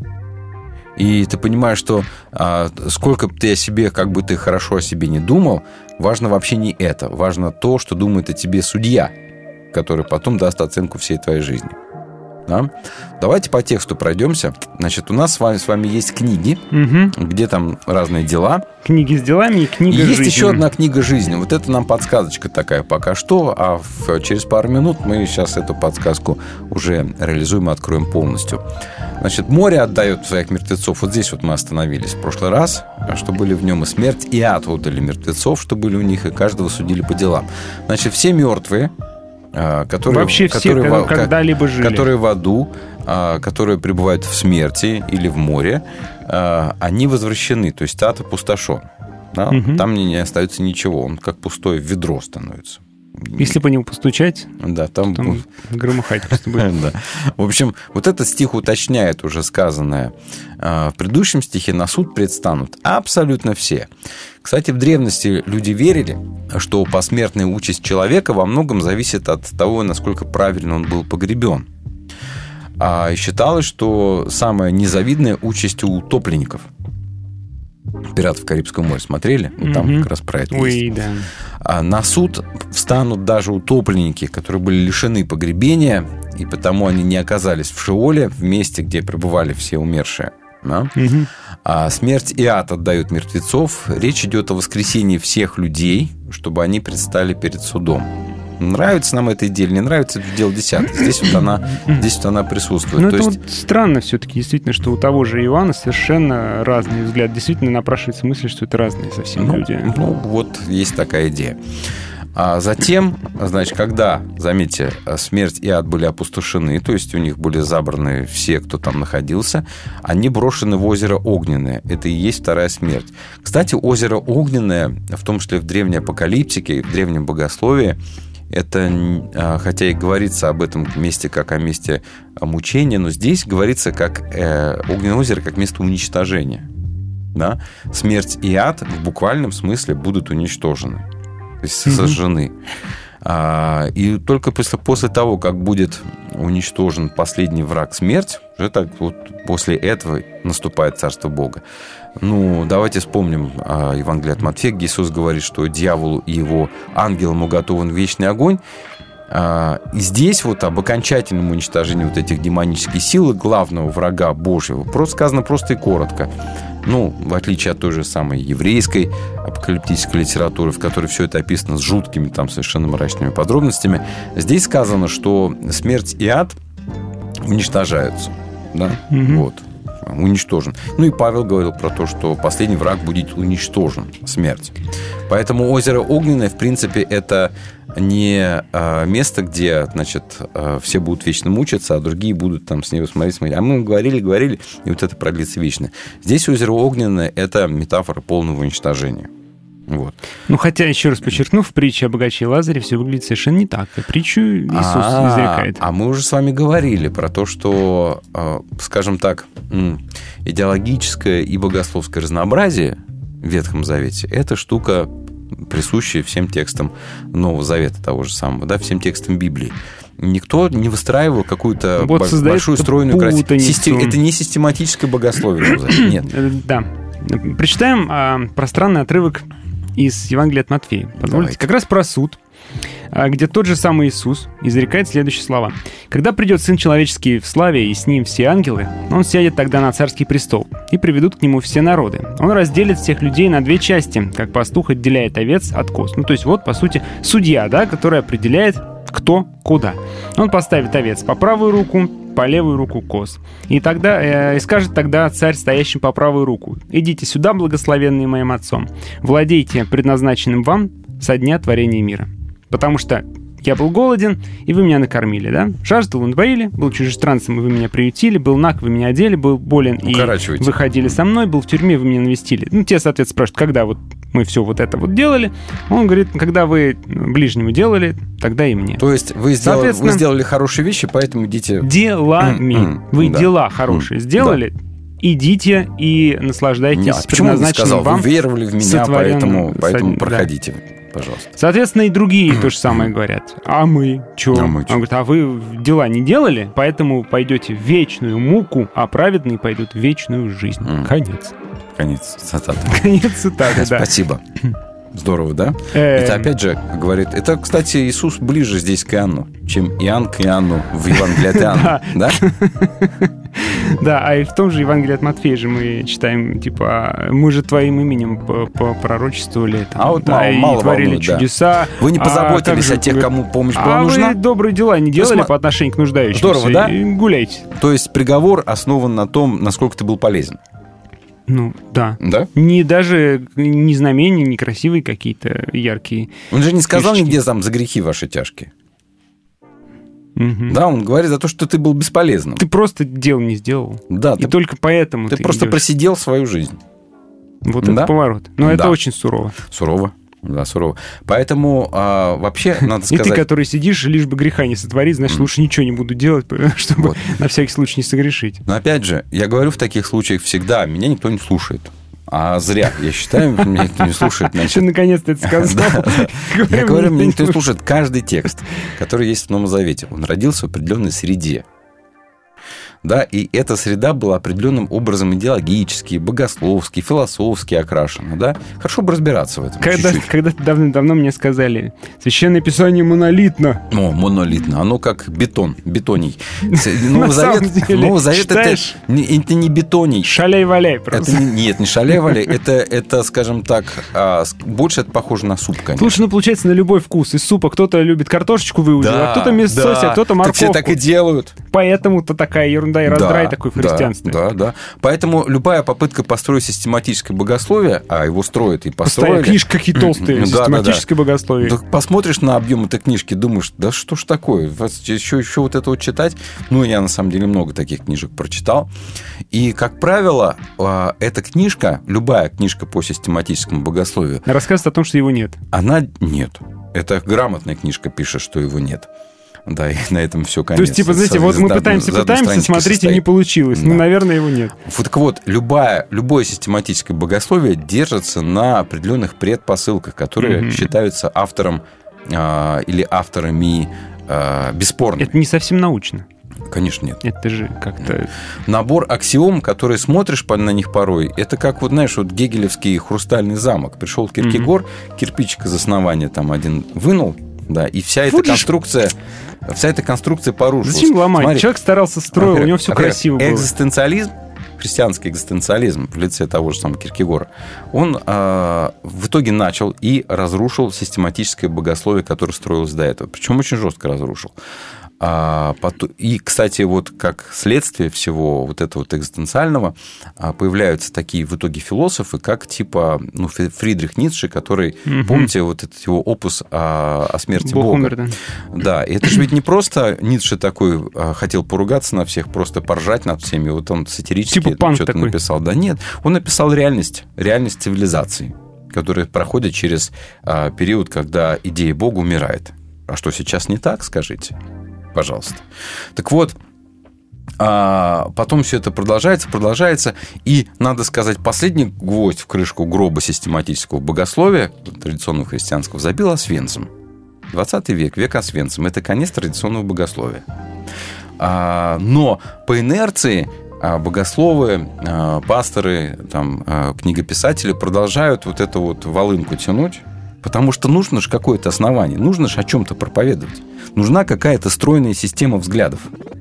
И ты понимаешь, что а, сколько бы ты о себе, как бы ты хорошо о себе не думал, важно вообще не это. Важно то, что думает о тебе судья, который потом даст оценку всей твоей жизни. Да? Давайте по тексту пройдемся. Значит, у нас с вами, с вами есть книги, угу. где там разные дела. Книги с делами и книга и есть жизни. еще одна книга жизни. Вот это нам подсказочка такая пока что, а в, через пару минут мы сейчас эту подсказку уже реализуем и откроем полностью. Значит, море отдает своих мертвецов. Вот здесь вот мы остановились в прошлый раз, что были в нем и смерть, и ад отдали мертвецов, что были у них, и каждого судили по делам. Значит, все мертвые, которые, вообще все, которые, когда-либо жили, которые в аду, которые пребывают в смерти или в море, они возвращены, то есть ад опустошен. Да? Угу. Там не остается ничего, он как пустое ведро становится. Если по нему постучать, да, там, там громыхать просто будет. Да. В общем, вот этот стих уточняет уже сказанное. В предыдущем стихе на суд предстанут абсолютно все. Кстати, в древности люди верили, что посмертная участь человека во многом зависит от того, насколько правильно он был погребен. И считалось, что самая незавидная участь у утопленников. «Пиратов Карибского моря» смотрели? Вот там mm-hmm. как раз про это Ой, есть. Да. А на суд встанут даже утопленники, которые были лишены погребения, и потому они не оказались в Шеоле, в месте, где пребывали все умершие. Да? Mm-hmm. А смерть и ад отдают мертвецов. Речь идет о воскресении всех людей, чтобы они предстали перед судом. Нравится нам эта идея, не нравится, это дело десятое. Здесь вот она, здесь вот она присутствует. Ну, То это есть... вот странно все-таки, действительно, что у того же Иоанна совершенно разный взгляд. Действительно напрашивается мысль, что это разные совсем ну, люди. Ну, вот есть такая идея. А затем, значит, когда, заметьте, смерть и ад были опустошены, то есть у них были забраны все, кто там находился, они брошены в озеро Огненное. Это и есть вторая смерть. Кстати, озеро Огненное, в том числе в древней апокалиптике, в древнем богословии, это, хотя и говорится об этом месте как о месте мучения, но здесь говорится как э, Огненное озеро как место уничтожения. Да? Смерть и ад в буквальном смысле будут уничтожены, то есть сожжены. Mm-hmm. А, и только после, после того, как будет уничтожен последний враг смерть, уже так вот после этого наступает Царство Бога. Ну, давайте вспомним а, Евангелие от Матфея, где Иисус говорит, что дьяволу и его ангелам уготован вечный огонь. А, и здесь вот об окончательном уничтожении вот этих демонических сил, главного врага Божьего, просто сказано просто и коротко. Ну, в отличие от той же самой еврейской апокалиптической литературы, в которой все это описано с жуткими, там, совершенно мрачными подробностями, здесь сказано, что смерть и ад уничтожаются. Да? Mm-hmm. Вот. Уничтожен. Ну и Павел говорил про то, что последний враг будет уничтожен, смерть. Поэтому озеро Огненное, в принципе, это не место, где, значит, все будут вечно мучиться, а другие будут там с него смотреть, смотреть. А мы говорили, говорили, и вот это продлится вечно. Здесь озеро Огненное – это метафора полного уничтожения. Вот. Ну, хотя, еще раз подчеркну, в притче о богаче и Лазаре все выглядит совершенно не так. И притчу Иисус А-а-а, изрекает. А мы уже с вами говорили про то, что, скажем так, идеологическое и богословское разнообразие в Ветхом Завете – это штука, присущая всем текстам Нового Завета того же самого, да, всем текстам Библии. Никто не выстраивал какую-то вот большую стройную красивую... Систем... Это не систематическое богословие. Нет. Да. Прочитаем а, пространный отрывок из Евангелия от Матфея. Позвольте. Давайте. Как раз про суд, где тот же самый Иисус изрекает следующие слова. «Когда придет Сын Человеческий в славе, и с ним все ангелы, Он сядет тогда на царский престол, и приведут к Нему все народы. Он разделит всех людей на две части, как пастух отделяет овец от коз». Ну, то есть вот, по сути, судья, да, который определяет, кто куда. Он поставит овец по правую руку, по левую руку коз. И тогда э, и скажет тогда царь, стоящим по правую руку: «Идите сюда, благословенные моим отцом, владейте предназначенным вам со дня творения мира. Потому что я был голоден, и вы меня накормили, да? Жаждал, вы напоили, был чужестранцем, и вы меня приютили, был наг, вы меня одели, был болен, и вы ходили со мной, был в тюрьме, вы меня навестили». Ну, те, соответственно, спрашивают, когда вот мы все вот это вот делали. Он говорит, когда вы ближнему делали, тогда и мне. То есть вы сделали, вы сделали хорошие вещи, поэтому идите... Делами. Mm-hmm. Вы да. дела хорошие mm-hmm. сделали, да. идите и наслаждайтесь Нет, предназначенным вам. Вы веровали в меня, поэтому, поэтому со... проходите. Да. Пожалуйста. Соответственно, и другие то же самое говорят. А мы что? А мы Он говорит, а вы дела не делали, поэтому пойдете в вечную муку, а праведные пойдут в вечную жизнь. Mm. Конец. Конец цитаты. Конец цитаты, да. Спасибо. Здорово, да? Это опять же говорит... Это, кстати, Иисус ближе здесь к Иоанну, чем Иоанн к Иоанну в Евангелии от Иоанна. Да? Да, а и в том же Евангелии от Матфея же мы читаем, типа, мы же твоим именем пророчествовали. А вот мало творили чудеса. Вы не позаботились о тех, кому помощь была нужна? А вы добрые дела не делали по отношению к нуждающимся. Здорово, да? Гуляйте. То есть приговор основан на том, насколько ты был полезен. Ну, да. Да? Не даже не знамения, не красивые какие-то яркие. Он же не сказал фишечки. Нигде там за грехи ваши тяжкие. Угу. Да, он говорит за то, что ты был бесполезным. Ты просто дел не сделал. Да. И ты, только поэтому ты, ты просто идешь. просидел свою жизнь. Вот да? это поворот. Но да. это очень сурово. Сурово. Да, сурово. Поэтому а, вообще надо сказать... И ты, который сидишь, лишь бы греха не сотворить, значит, mm. лучше ничего не буду делать, чтобы вот. на всякий случай не согрешить. Но опять же, я говорю в таких случаях всегда, меня никто не слушает. А зря. Я считаю, меня никто не слушает. Ты наконец-то это сказал. Я говорю, меня никто не слушает. Каждый текст, который есть в Новом Завете, он родился в определенной среде. Да, и эта среда была определенным образом идеологически, богословски, философски окрашена, да. Хорошо бы разбираться в этом когда, чуть-чуть. Когда-то давно мне сказали, Священное Писание монолитно. О, монолитно. Оно как бетон, бетоний. Новый Завет, Новый Завет это, это не бетоний. Шаляй-валяй просто. Это, нет, не шаляй-валяй. Это, это, скажем так, больше это похоже на суп, конечно. Слушай, ну, получается, на любой вкус. Из супа кто-то любит картошечку выудил, да, а кто-то мясо, да. а кто-то морковку. Так все так и делают. Поэтому-то такая ерунда. Да, и раздрай да, такой в христианстве. Да, да, да. Поэтому любая попытка построить систематическое богословие, а его строят и построили... Постоянно книжки какие толстые, систематическое да, да, да. богословие. Да, посмотришь на объем этой книжки, думаешь, да что ж такое, еще, еще вот это вот читать. Ну, я на самом деле много таких книжек прочитал. И, как правило, эта книжка, любая книжка по систематическому богословию... Рассказывает о том, что его нет. Она нет. Это грамотная книжка пишет, что его нет. Да, и на этом все, конец. То есть, типа, знаете, вот мы пытаемся, пытаемся, смотрите, состоит. Не получилось. Да. Ну, наверное, его нет. Вот так вот, любая, любое систематическое богословие держится на определенных предпосылках, которые mm-hmm. считаются автором э, или авторами э, бесспорными. Это не совсем научно. Конечно, нет. Это же как-то... Набор аксиом, которые смотришь на них порой, это как, вот знаешь, вот гегелевский хрустальный замок. Пришел Киркегор, mm-hmm. кирпичик из основания там один вынул, да, и вся эта Фуджиш. конструкция... Вся эта конструкция порушилась. Зачем ломать? Смотри, человек старался, строил, у него все красиво было. Экзистенциализм, христианский экзистенциализм в лице того же самого Киркегора, он э, в итоге начал и разрушил систематическое богословие, которое строилось до этого. Причем очень жестко разрушил. И, кстати, вот как следствие всего вот этого вот экзистенциального появляются такие в итоге философы, как типа ну, Фридрих Ницше, который, угу. помните, вот этот его опус о, о смерти Бог Бога. Умер, да. да, и это же ведь не просто Ницше такой хотел поругаться на всех, просто поржать над всеми, вот он сатирически типа что-то такой. написал. Да нет, он написал реальность, реальность цивилизации, которая проходит через а, период, когда идея Бога умирает. А что сейчас не так, скажите? Пожалуйста. Так вот, А потом все это продолжается, продолжается. И, надо сказать, последний гвоздь в крышку гроба систематического богословия, традиционного христианского, забил Освенцим. двадцатый век, век Освенцим. Это конец традиционного богословия. А, но по инерции богословы, пасторы, там, книгописатели продолжают вот эту вот волынку тянуть, потому что нужно же какое-то основание, нужно же о чем-то проповедовать. Нужна какая-то стройная система взглядов.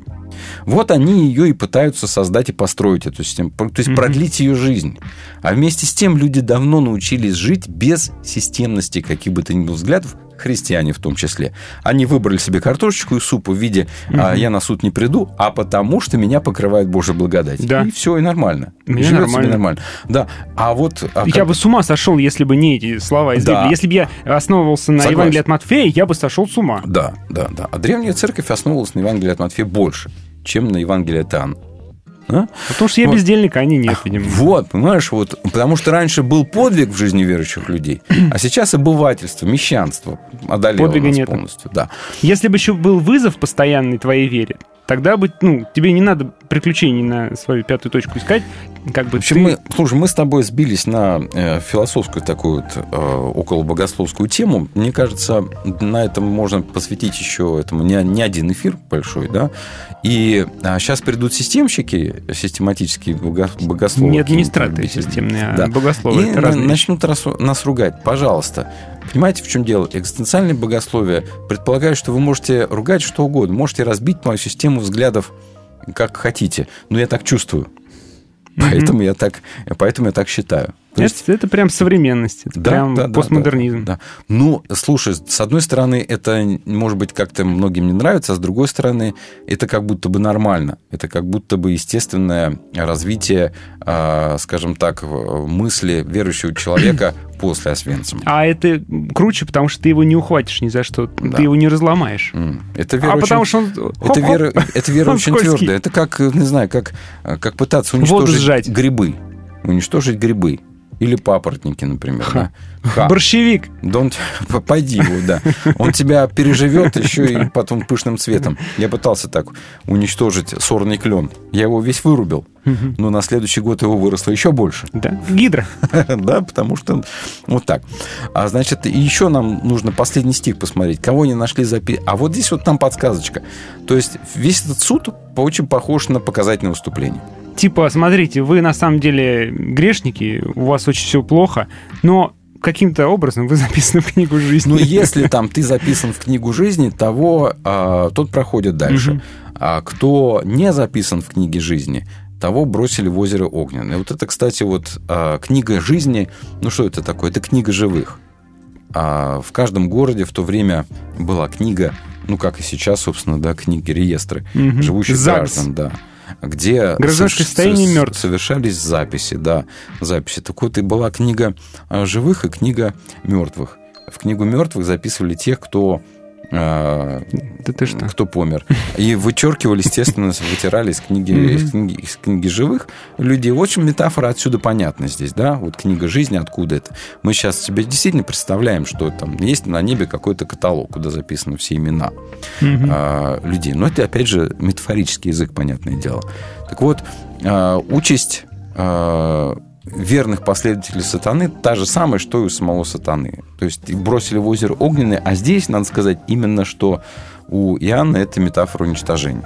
Вот они ее и пытаются создать и построить, эту систему, то есть mm-hmm. продлить ее жизнь. А вместе с тем люди давно научились жить без системности каких бы то ни было взглядов, христиане в том числе. Они выбрали себе картошечку и суп в виде mm-hmm. «я на суд не приду, а потому что меня покрывает Божья благодать». Да. И все, и нормально. Мне и нормально. Себе нормально. Да. А вот, а я как... бы с ума сошел, если бы не эти слова из да. Библии. Если бы я основывался на Согласен. Евангелии от Матфея, я бы сошел с ума. Да, да, да. А древняя церковь основывалась на Евангелии от Матфея больше, чем на Евангелии от Иоанна. А? Потому что я вот. бездельник, а они нет, видимо. Вот, понимаешь, вот, потому что раньше был подвиг в жизни верующих людей, а сейчас обывательство, мещанство одолело Подвига нас нет. полностью. Да. Если бы еще был вызов постоянный твоей вере, тогда бы, ну, тебе не надо приключений на свою пятую точку искать. Как бы в общем, ты... мы, слушай, мы с тобой сбились на э, философскую такую вот э, около богословскую тему. Мне кажется, на этом можно посвятить еще этому не, не один эфир большой, да. И а, сейчас придут системщики, систематические бого, богословы. Не администраторы системные, а да. богословы. И на, начнут раз, нас ругать. Пожалуйста. Понимаете, в чем дело? Экзистенциальное богословие предполагает, что вы можете ругать что угодно, можете разбить мою систему взглядов как хотите, но я так чувствую. Поэтому, mm-hmm. я так, поэтому я так считаю. То есть... это, это прям современность, это да, прям да, постмодернизм. Да, да. Ну, слушай, с одной стороны, это, может быть, как-то многим не нравится, а с другой стороны, это как будто бы нормально. Это как будто бы естественное развитие, скажем так, мысли верующего человека после Освенцима. А это круче, потому что ты его не ухватишь ни за что. Да. Ты его не разломаешь. Это вера а очень... потому что он... Это вера, это вера очень скользкий. Твердая. Это как, не знаю, как, как пытаться уничтожить грибы. Уничтожить грибы. Или папоротники, например. Ха. Да? Борщевик. Да он, пойди его, да. Он тебя переживет еще и потом пышным цветом. Я пытался так уничтожить сорный клен. Я его весь вырубил. Угу. Но на следующий год его выросло еще больше. Да, гидра. Да, потому что вот так. А значит, еще нам нужно последний стих посмотреть. Кого не нашли запи... А вот здесь вот там подсказочка. То есть весь этот суд очень похож на показательное выступление. Типа, смотрите, вы на самом деле грешники, у вас очень все плохо, но каким-то образом вы записаны в книгу жизни. Ну, если там ты записан в книгу жизни, того а, тот проходит дальше. Угу. А кто не записан в книге жизни, того бросили в озеро Огненное. Вот это, кстати, вот а, книга жизни, ну, что это такое? Это книга живых. А в каждом городе в то время была книга, ну, как и сейчас, собственно, да, книги, реестры угу. живущих ЗАГС. граждан, да. Где гражданское состояние мертв. Совершались записи, да, записи. Так вот, и была книга живых и книга мертвых. В книгу мертвых записывали тех, кто, э, да ты что? кто помер. И вычеркивали, естественно, вытирали из книги, из, книги, из книги живых людей. В общем, метафора отсюда понятна здесь, да? Вот книга жизни, откуда это? Мы сейчас себе действительно представляем, что там есть на небе какой-то каталог, куда записаны все имена mm-hmm. э, людей. Но это, опять же, метафорический язык, понятное дело. Так вот, э, участь э, верных последователей сатаны та же самая, что и у самого сатаны. То есть бросили в озеро Огненное, а здесь, надо сказать, именно что у Иоанна это метафора уничтожения.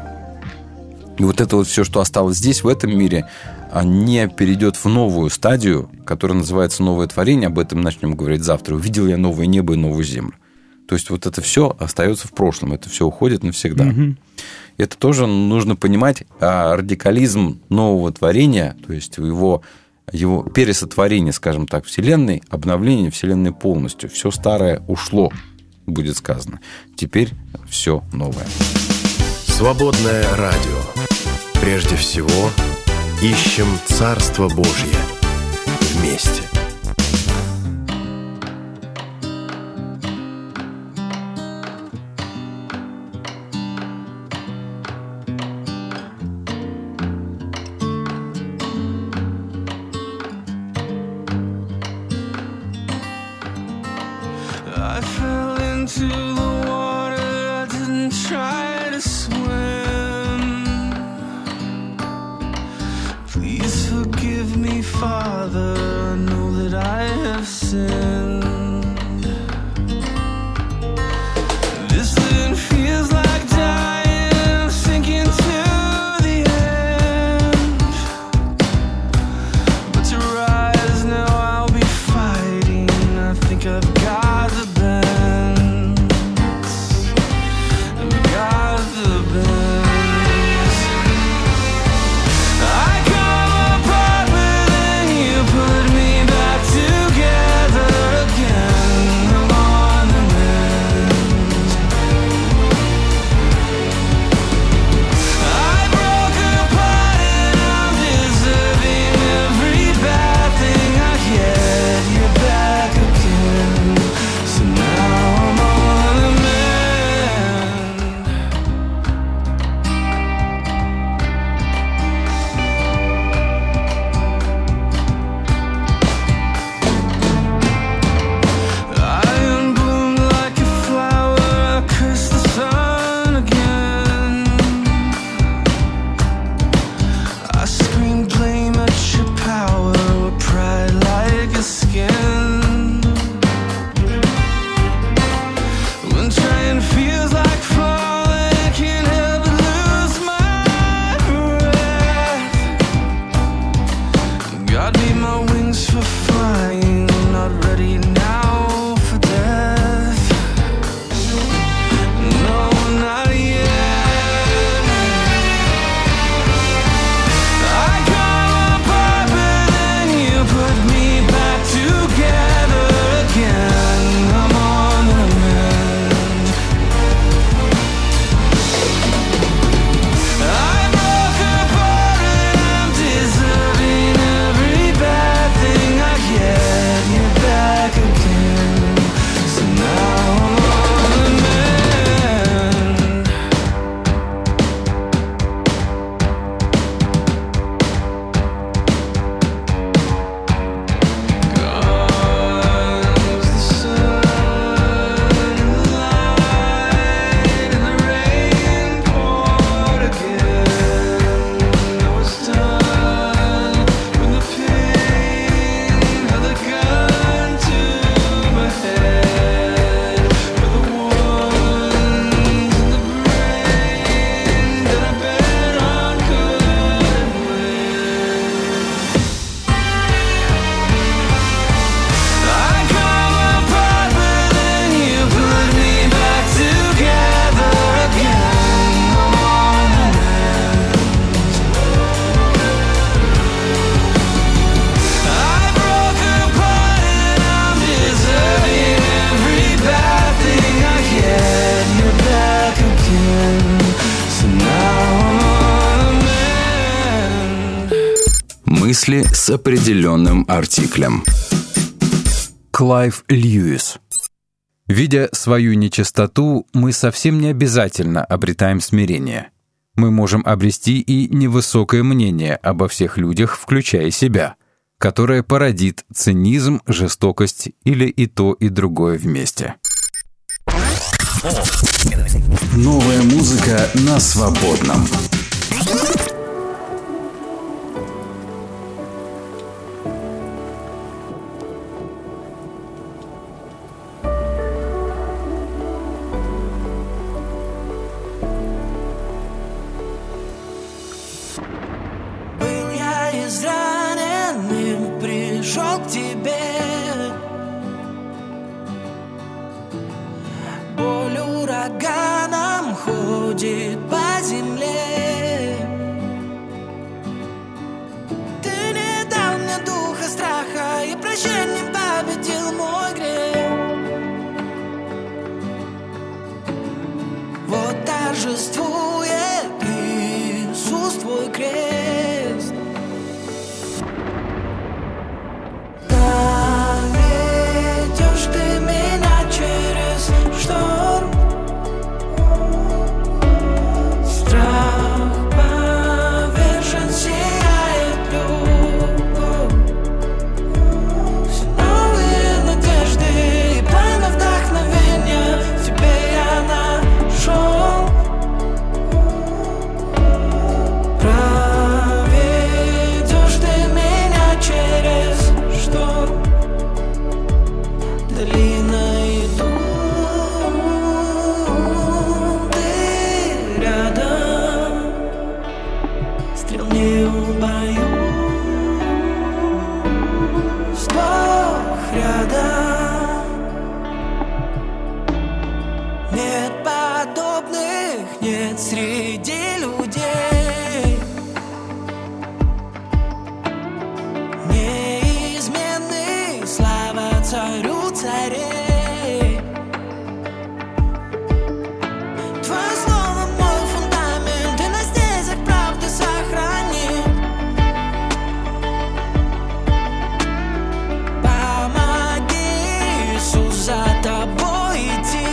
И вот это вот все, что осталось здесь, в этом мире, не перейдет в новую стадию, которая называется новое творение. Об этом начнем говорить завтра. Увидел я новое небо и новую землю. То есть вот это все остается в прошлом, это все уходит навсегда. Угу. Это тоже нужно понимать. А радикализм нового творения, то есть его, его пересотворение, скажем так, Вселенной, обновление Вселенной полностью. Все старое ушло, будет сказано. Теперь все новое. Свободное радио. Прежде всего, ищем Царство Божье вместе. I fell into the water, I didn't try to swim. Forgive me, Father, I know that I have sinned. This then feels like dying, sinking to the end. But to rise now, I'll be fighting. I think I've got the bends. I've got the bends. I come apart, but then you put me back together again. I'm on the mend. I broke apart and I'm deserving every bad thing I get. You're back again, so now I'm on the mend. I unbloomed like a flower, I curse the sun again. I scream blame at your power, with pride like a skin. When trying feels like falling, can't help but lose my breath. God made my wings for flying, not ready now for death. No, not yet. I come apart, but then you put me back together again. I'm on the mend. I broke apart and I'm deserving every bad thing I get. You're back again, so now I'm on the mend. Comes the sun and the light and the rain poured again. I was done with the pain, held a gun to my head for the ones in the brain that I bet on couldn't win. I come apart, but then you put me back together again. I'm on the mend. I broke apart and I'm deserving every bad thing I get. You're back again, so now I'm on the mend. Мысли с определенным артиклем. Клайв Льюис. Видя свою нечистоту, мы совсем не обязательно обретаем смирение. Мы можем обрести и невысокое мнение обо всех людях, включая себя, которое породит цинизм, жестокость или и то, и другое вместе. Новая музыка на свободном. Был я израненным, пришел к тебе. Боль ураганом ходит по земле. Ты не дал мне духа страха, и прощением победил мой грех. Вот торжествует Иисус твой крест. Ведешь ты меня через шторм. Страх повержен, сияет любовь. Все новые надежды и пламя вдохновения в тебе я нашел. свет среди людей. Неизменный, слава царю царей. Твое слово мой фундамент, и на стезях правды сохранит. Помоги, Иисус, за тобой идти.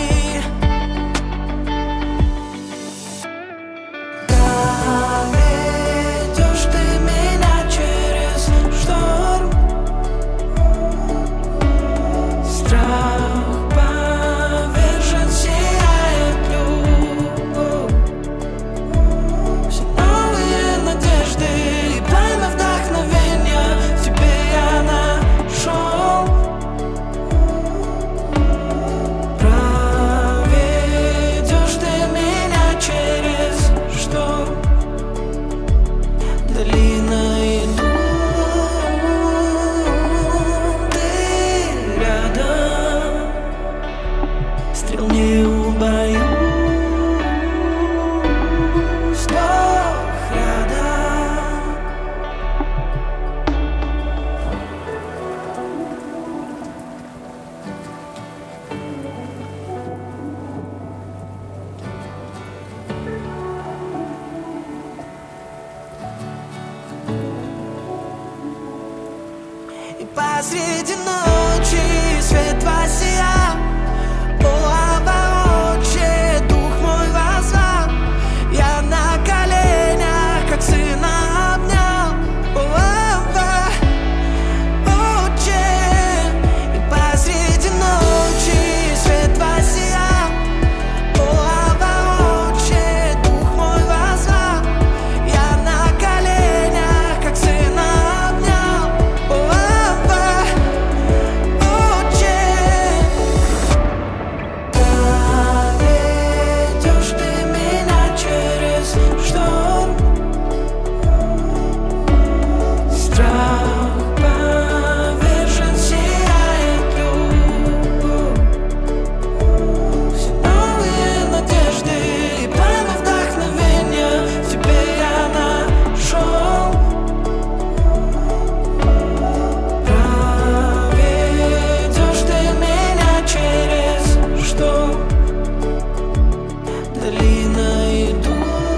Проведешь ты меня через шторм. Страх повержен, сияет любовь. Все новые надежды и пламя вдохновения в тебе я нашел. Проведешь ты меня через шторм. Долина иду, ты рядом. Стрел не убоюсь, Бог рядом. И посреди ночи свет воссиял. О, обороче, дух мой возвал. Я на коленях, как сына обнял. О, обороче. И посреди ночи свет воссиял. О, обороче, дух мой возвал. Я на коленях, как сына обнял. О, обороче. Проведешь ты меня через шторм. Страх повержен, сияет любовь. Все новые надежды и пламя вдохновения в тебе я нашел. Проведешь ты меня через шторм. Долина иду,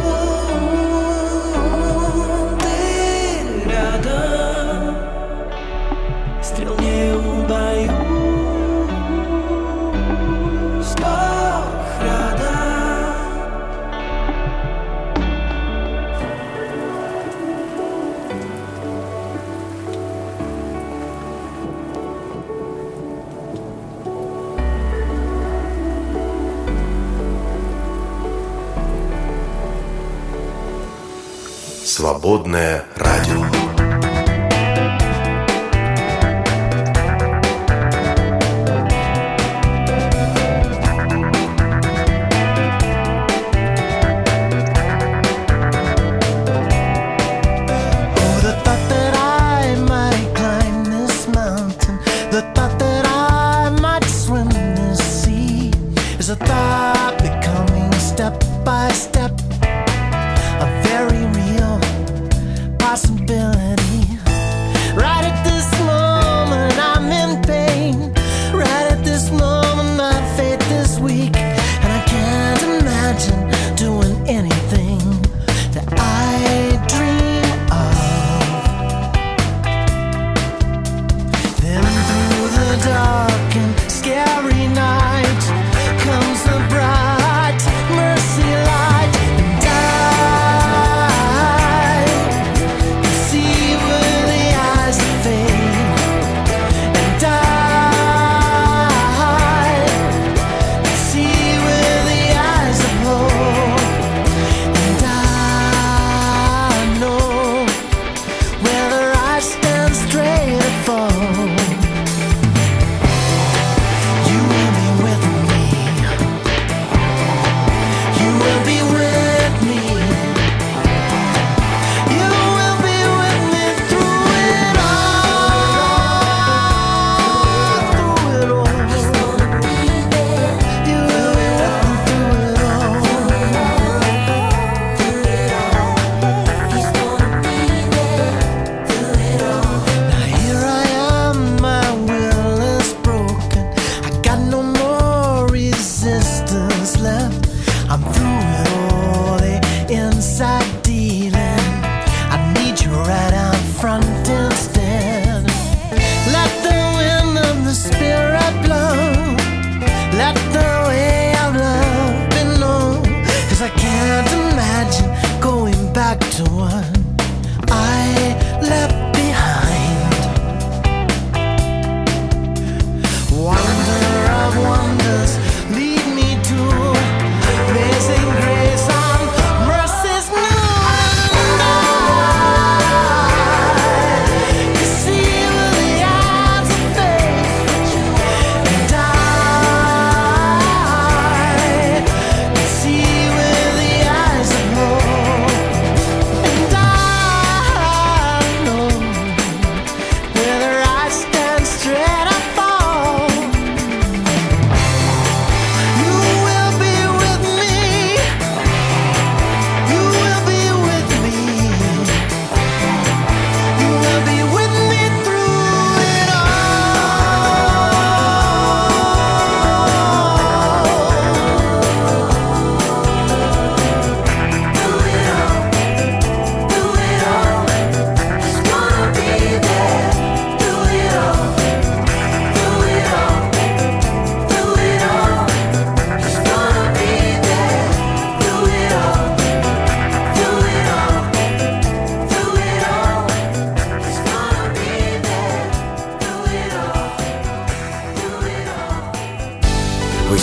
ты рядом. Стрел не убоюсь, Бог рядом. Свободное радио. Oh, the thought that I might climb this mountain, the thought that I might swim this sea, is a thought becoming step by step a very real possibility.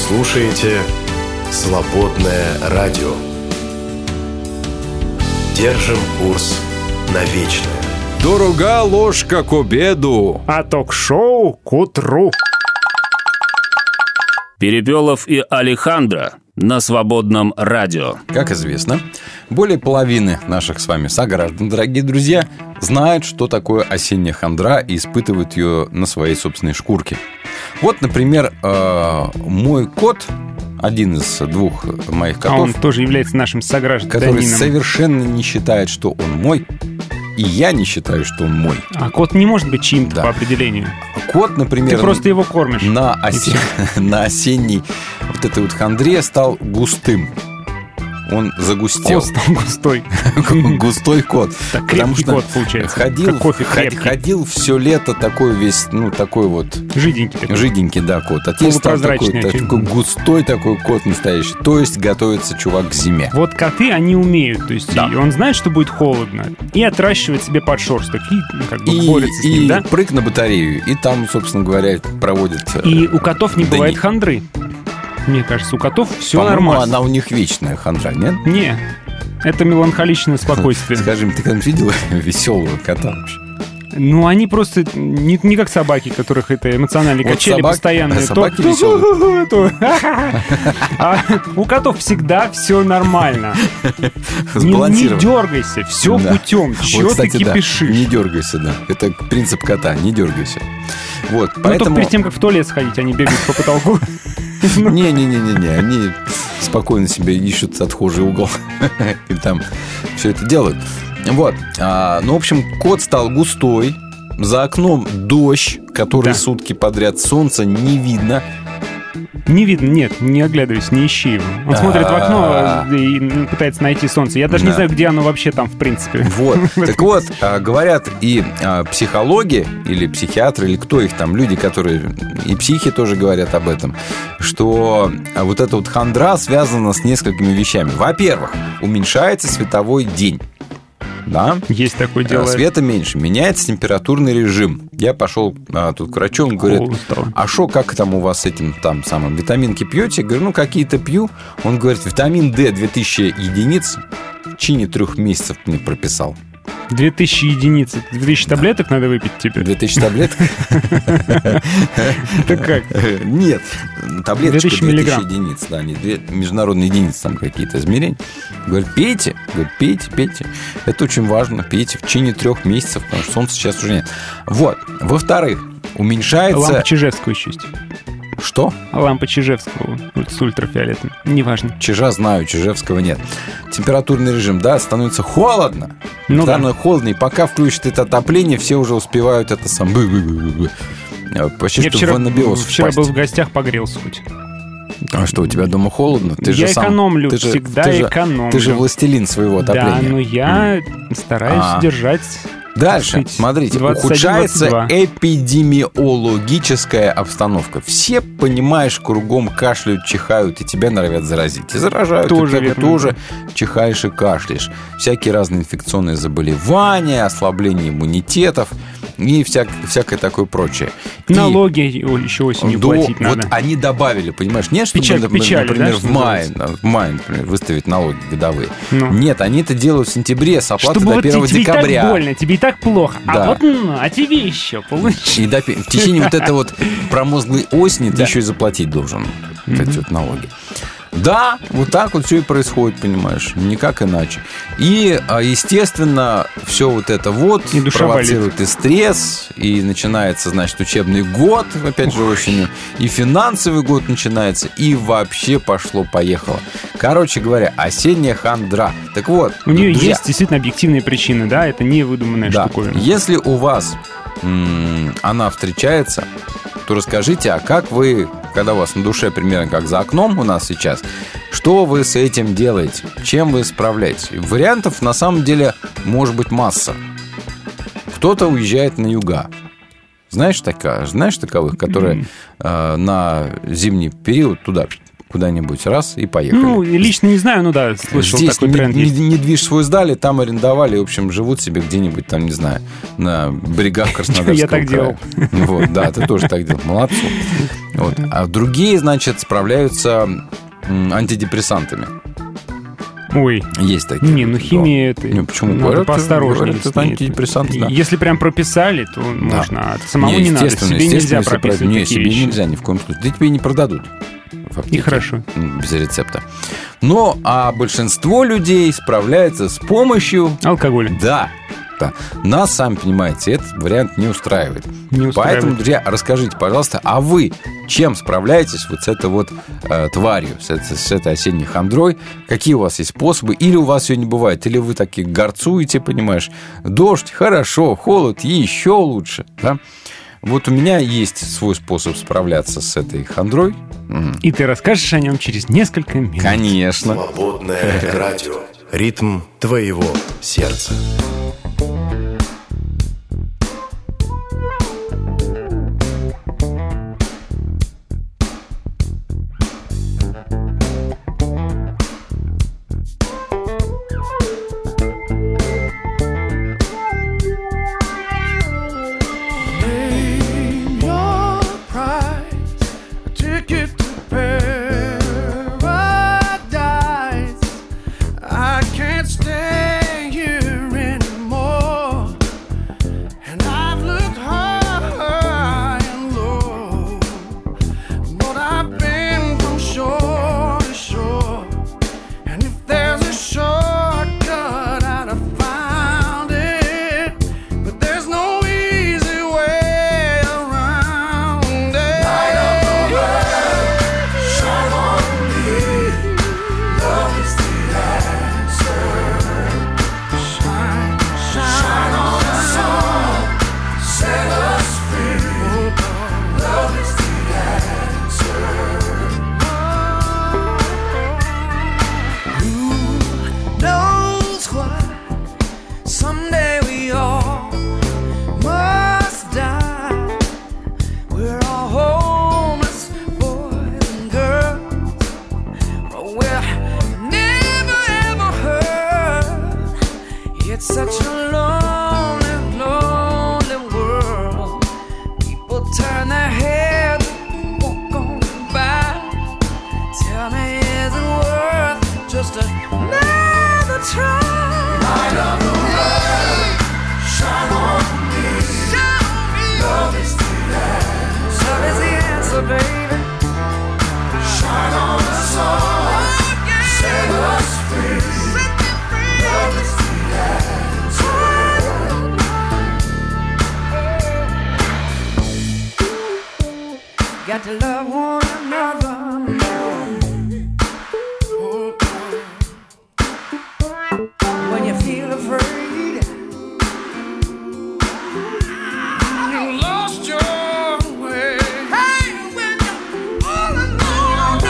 слушаете «Свободное радио». Держим курс на вечное. Дорога ложка к обеду, а ток-шоу к утру. Перепелов и Алехандро на Свободном радио. Как известно, более половины наших с вами сограждан, дорогие друзья, знают, что такое осенняя хандра и испытывают ее на своей собственной шкурке. Вот, например, мой кот, один из двух моих котов, а он тоже является нашим согражданином, который совершенно не считает, что он мой, и я не считаю, что он мой. А кот не может быть чьим-то, да, по определению. Кот, например... Ты просто его кормишь. На, осен... на осенней вот этой вот хандре стал густым. Он загустел. Кот стал густой. Густой кот. Так, крепкий кот, получается. Ходил, кофе крепкий. Ходил все лето такой весь, ну, такой вот... Жиденький такой. Жиденький, да, кот. А теперь стал такой, такой густой такой кот настоящий. То есть готовится чувак к зиме. Вот коты, они умеют. То есть, да, и он знает, что будет холодно. И отращивает себе подшерсток. И, ну, как бы, и, борется с ним, и да? прыг на батарею. И там, собственно говоря, проводит... И у котов не да бывает не... хандры. Мне кажется, у котов все По-моему, нормально. она у них вечная хандра, нет? Не, это меланхоличное спокойствие. Скажи мне, ты когда-нибудь видела веселого кота вообще? Ну, они просто не, не как собаки, которых это эмоциональные вот качели собак, постоянные. Собаки веселые. А у котов всегда все нормально. Не, не дергайся, все да. путем. Чего вот, кстати, ты кипишишь? Да, не дергайся, да. Это принцип кота, не дергайся. Вот, ну, поэтому... только перед тем, как в туалет сходить, они бегают по потолку. Не-не-не-не, они спокойно себе ищут отхожий угол и там все это делают. Вот, а, ну, в общем, кот стал густой. За окном дождь, который да. сутки подряд, солнца не видно. Не видно, нет, не оглядывайся, не ищи его. Он смотрит в окно и пытается найти солнце. Я даже да. не знаю, где оно вообще там, в принципе. Вот, так вот, говорят и психологи, или психиатры, или кто их там, люди, которые... И психи тоже говорят об этом, что вот эта вот хандра связана с несколькими вещами. Во-первых, уменьшается световой день. Да? Есть такое дело. Света меньше, меняется температурный режим. Я пошел а, тут к врачу, он говорит, а что, как там у вас с этим там самым витаминки пьете? Я говорю, ну какие-то пью. Он говорит, витамин D две тысячи единиц в течение трех месяцев мне прописал. Две тысячи единиц. Две тысячи таблеток надо выпить теперь. Две тысячи таблеток? Это как? Нет. Таблеточка две тысячи единиц. Да, не международные единицы, там какие-то измерения. Говорит, пейте. Говорит, пейте, пейте. Это очень важно. Пейте в течение трех месяцев, потому что солнца сейчас уже нет. Вот. Во-вторых, уменьшается... Лампа Чижевского еще есть. Что? Лампа Чижевского с ультрафиолетом. Неважно. Чижа знаю, Чижевского нет. Температурный режим, да, становится холодно. Ну да. Холодно, и пока включат это отопление, все уже успевают это сам... Почти Я что вчера, в анабиоз вчера впасть. был в гостях, погрелся хоть. А что, у тебя дома холодно? Ты я же экономлю, сам, ты всегда же, ты экономлю. Же, ты же властелин своего отопления. Да, но я mm. стараюсь а. держать... Дальше, смотрите, двадцать один, ухудшается двадцать два. Эпидемиологическая обстановка. Все, понимаешь, кругом кашляют, чихают, и тебя норовят заразить. И заражают, тоже и ты тоже чихаешь и кашляешь. Всякие разные инфекционные заболевания, ослабление иммунитетов и всяк, всякое такое прочее. Налоги и, еще осенью до, платить надо. Вот они добавили, понимаешь, нет, чтобы, Печаль, печали, например, да, в мае, в мае, например, выставить налоги годовые. Ну. Нет, они это делают в сентябре с оплаты чтобы до первого вот тебе декабря. Так больно, тебе и так плохо, да. а вот ну, а тебе еще получишь. И до, в течение вот этой вот промозглой осени ты еще и заплатить должен эти вот налоги. Да, вот так вот все и происходит, понимаешь, никак иначе. И, естественно, все вот это вот и провоцирует болит. И стресс, и начинается, значит, учебный год, опять же, осенью, и финансовый год начинается, и вообще пошло-поехало. Короче говоря, осенняя хандра. Так вот, у нее друзья, есть действительно объективные причины, да, это не выдуманная да. штуковина. Если у вас м- она встречается, то расскажите, а как вы, когда у вас на душе примерно как за окном у нас сейчас, что вы с этим делаете? Чем вы справляетесь? Вариантов на самом деле может быть масса. Кто-то уезжает на юга. Знаешь, такая, знаешь таковых, которые э, на зимний период туда куда-нибудь раз и поехали. Ну, лично не знаю, ну да, слышал здесь такой не, тренд. Не, не движ свой сдали, там арендовали, в общем, живут себе где-нибудь там, не знаю, на берегах Краснодарского Я так края. делал. Вот, да, ты тоже так делал. Молодцу. Вот. А другие, значит, справляются м, антидепрессантами. Ой. Есть такие. Не, ну химия это... Не, почему? Надо Говорят, поосторожнее. говорят, это антидепрессанты, да. Если прям прописали, то Да. можно. А самому Не, не надо. естественно, Себе естественно, нельзя если прописывать про- Не, такие себе вещи. нельзя ни в коем случае. Да тебе и не продадут в аптеке. И хорошо. Без рецепта. Но, а большинство людей справляется с помощью... Алкоголя. Да. Да. Нас, сами понимаете, этот вариант не устраивает. Не устраивает. Поэтому, друзья, расскажите, пожалуйста, а вы чем справляетесь вот с этой вот э, тварью, с, этой- с этой осенней хандрой? Какие у вас есть способы? Или у вас ее не бывает? Или вы такие горцуете, понимаешь? Дождь, хорошо, холод, еще лучше. Да? Вот у меня есть свой способ справляться с этой хандрой. М. И ты расскажешь о нем через несколько минут. Конечно. Свободное радио. Ритм твоего сердца. Name your price, a ticket to paradise. I can't stay here anymore, and I've looked high and low, but I've been from shore to shore, and if there's a shortcut, I'd have found it, but there's no easy way around it. Light of the world, shine on me. Love is the answer. Shine, shine on us all. Set us free. Love is the answer. Who knows why? Someday we all must die. We're all homeless boys and girls, but we're never ever hurt. It's such a lonely, lonely world. People turn their heads and walk on by. Tell me, is it worth just another try? Light of the world, shine on me. Shine on me. Love is the answer. Love is the answer, baby. Shine on us all. Set us free. Love is the answer. Got to love one another. When you feel afraid, you lost your way. Hey, when you're all alone,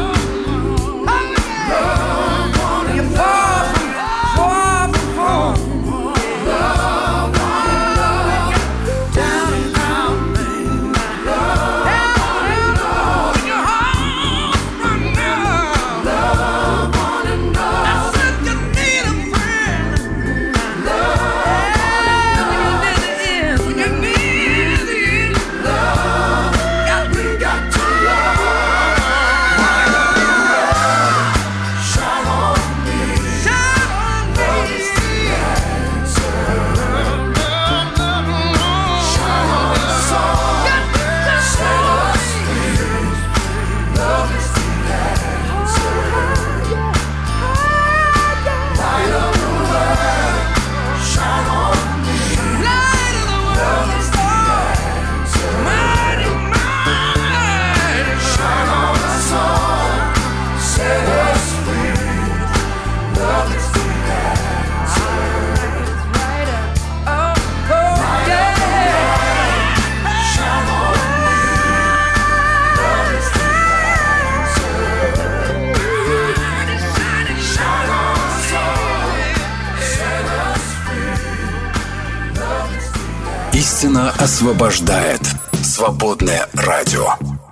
love one you're far from, far from home. Love one another, down and out, baby. Love one another, when your heart run out. Love one another. I said you need a friend. Love when you need it, love. Got we got to love. Shine on me. Shine on me. Love is the answer. Shine on us all. Set us free. Love is the answer. Light of the world, shine on me. Light of the world, love is the answer. Mighty, mighty, shine on us all. Set us free. Love is the answer. Oh, oh, yeah. Shine on me. Love is the answer. Shine on us all. Set us free. Love is the Истина освобождает. Свободное радио.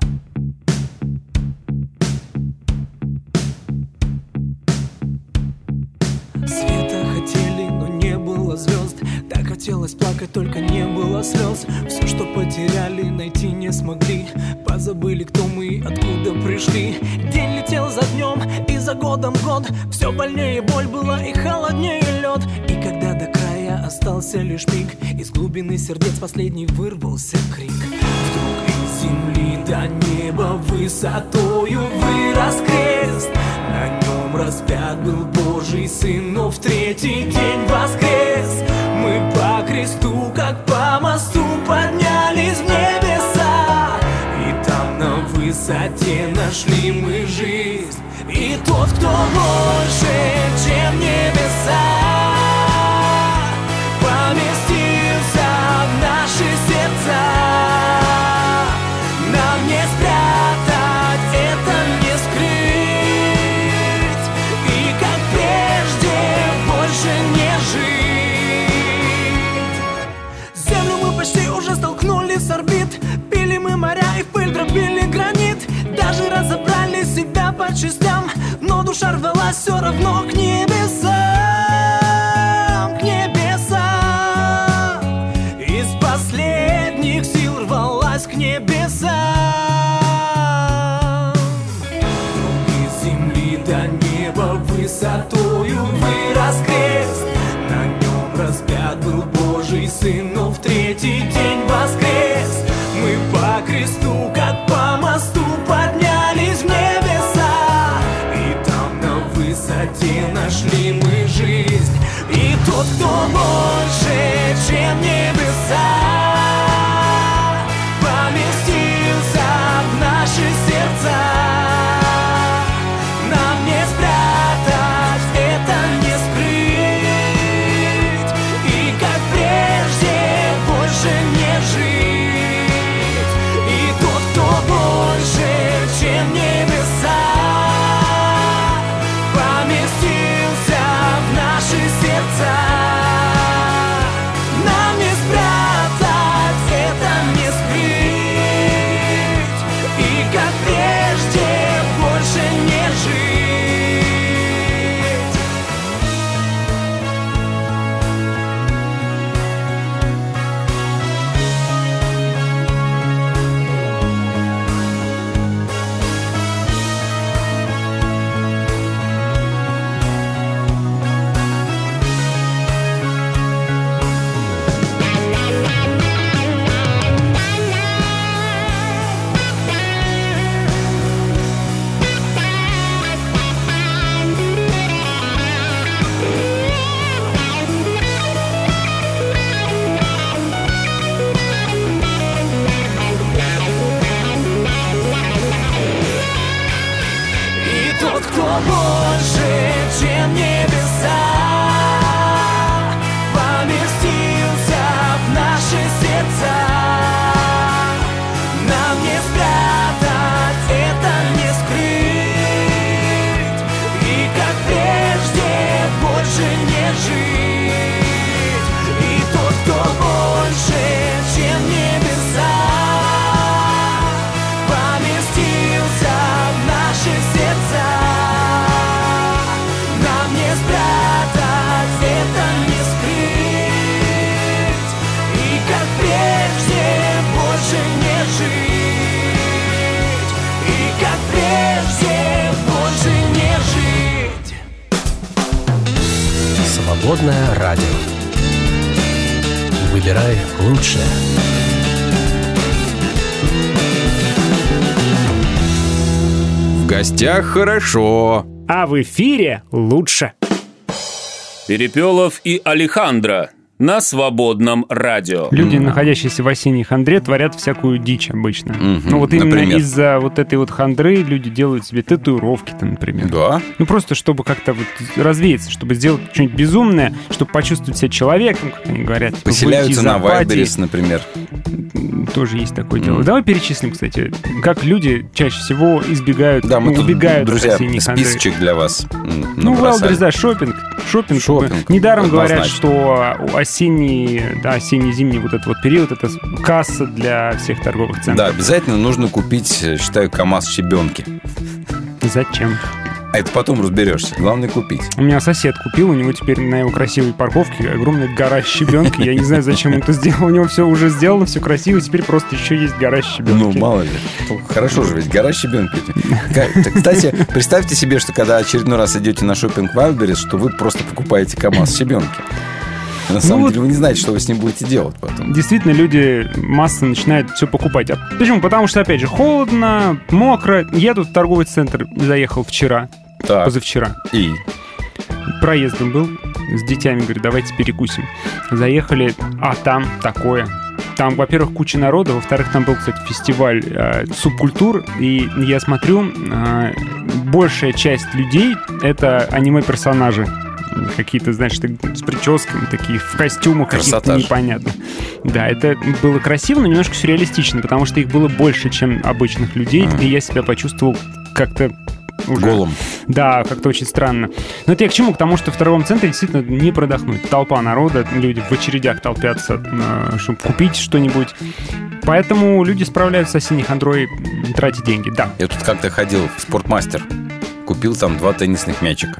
Света хотели, но не было звезд. Так хотелось плакать, только не было слез. Все, что потеряли, найти не смогли. смогли. Позабыли, кто мы, откуда пришли. День летел за днем и за годом год. Все больнее боль была и холоднее лед. И когда до края остался лишь миг, из глубины сердец последний вырвался крик. Вдруг из земли до неба высотою вырос крест. На нем распят был Божий Сын, но в третий день воскрес. Мы по кресту, как по мосту, поднялись в небеса. И там на высоте нашли мы жизнь. И тот, кто больше, чем небеса, поместился в наши сердца. Нам не спрятать, это не скрыть. И как прежде больше не жить. Землю мы почти уже столкнули с орбит. Пили мы моря и в пыль дробили гранит. Даже разобрали себя по частям, но душа рвалась все равно к небесам, к небесам. Из последних сил рвалась к небесам. Из земли до неба высотою вырос крест. На нем распят был Божий Сын, но в третий день воскрес. Мы по кресту, как по мосту, поднялись в небеса. И там на высоте нашли мы жизнь. И тот, кто больше, чем небеса, поместился в наши сердца. Нам не спрятать, это не скрыть. И как прежде больше не жить. И тот, кто больше, чем небеса, поместился в наши сердца. Нам не спрятать, это не скрыть. И как прежде больше не жить. И тот, кто больше, чем небеса, поместился в наши сердца. Нам не спрятать, это не скрыть. И как прежде больше не жить. И тот, кто больше, чем небеса, поместился в наши сердца. Нам не спрятать, это не скрыть. И как прежде больше не жить. И как прежде больше не жить. Свободное радио. Выбирай лучшее. В гостях хорошо. А в эфире лучше. Перепелов и Алехандро на Свободном радио. Люди, находящиеся в осенней хандре, творят всякую дичь обычно. Мгм, Ну вот именно например? из-за вот этой вот хандры люди делают себе татуировки-то, например. Да? Ну просто чтобы как-то вот развеяться, чтобы сделать что-нибудь безумное, чтобы почувствовать себя человеком, как они говорят. выйти Поселяются из на апатии. Вайберис, например. Тоже есть такое дело. Мгм. Давай перечислим, кстати, как люди чаще всего избегают, Да, мы ну, тут, убегают друзья, от осенней хандры. списочек для вас м, Ну, набросали. Wildberries, да, шопинг. Шопинг. Шопинг, Недаром говорят, однозначно. что осенний, да, осенне-зимний вот этот вот период — это касса для всех торговых центров. Да, обязательно нужно купить, считаю, КамАЗ щебенки. Зачем? А это потом разберешься. Главное купить. У меня сосед купил, у него теперь на его красивой парковке огромная гора щебенки. Я не знаю, зачем он это сделал. У него все уже сделано, все красиво, теперь просто еще есть гора щебенки. Ну, мало ли. Хорошо же, ведь гора щебенки. Кстати, представьте себе, что когда очередной раз идете на шоппинг Wildberries, что вы просто покупаете КамАЗ щебенки. На самом ну, деле вы не знаете, что вы с ним будете делать потом. Действительно, люди масса начинают все покупать. А почему? Потому что, опять же, холодно, мокро. Я тут в торговый центр заехал вчера, так. позавчера. И? Проездом был с детьми, говорю, давайте перекусим. Заехали, а там такое. Там, во-первых, куча народа, во-вторых, там был, кстати, фестиваль э, субкультур, и я смотрю, э, большая часть людей — это аниме-персонажи. Какие-то, знаешь, с прическами, такие в костюмах каких-то непонятно. Да, это было красиво, но немножко сюрреалистично, потому что их было больше, чем обычных людей, mm. и я себя почувствовал как-то уже... голым. Да, как-то очень странно. Но это я к чему? К тому, что в торговом центре действительно не продохнуть. Толпа народа, люди в очередях толпятся, чтобы купить что-нибудь. Поэтому люди справляются с осенней хандрой, тратя деньги, да. Я тут как-то ходил в спортмастер, купил там два теннисных мячика.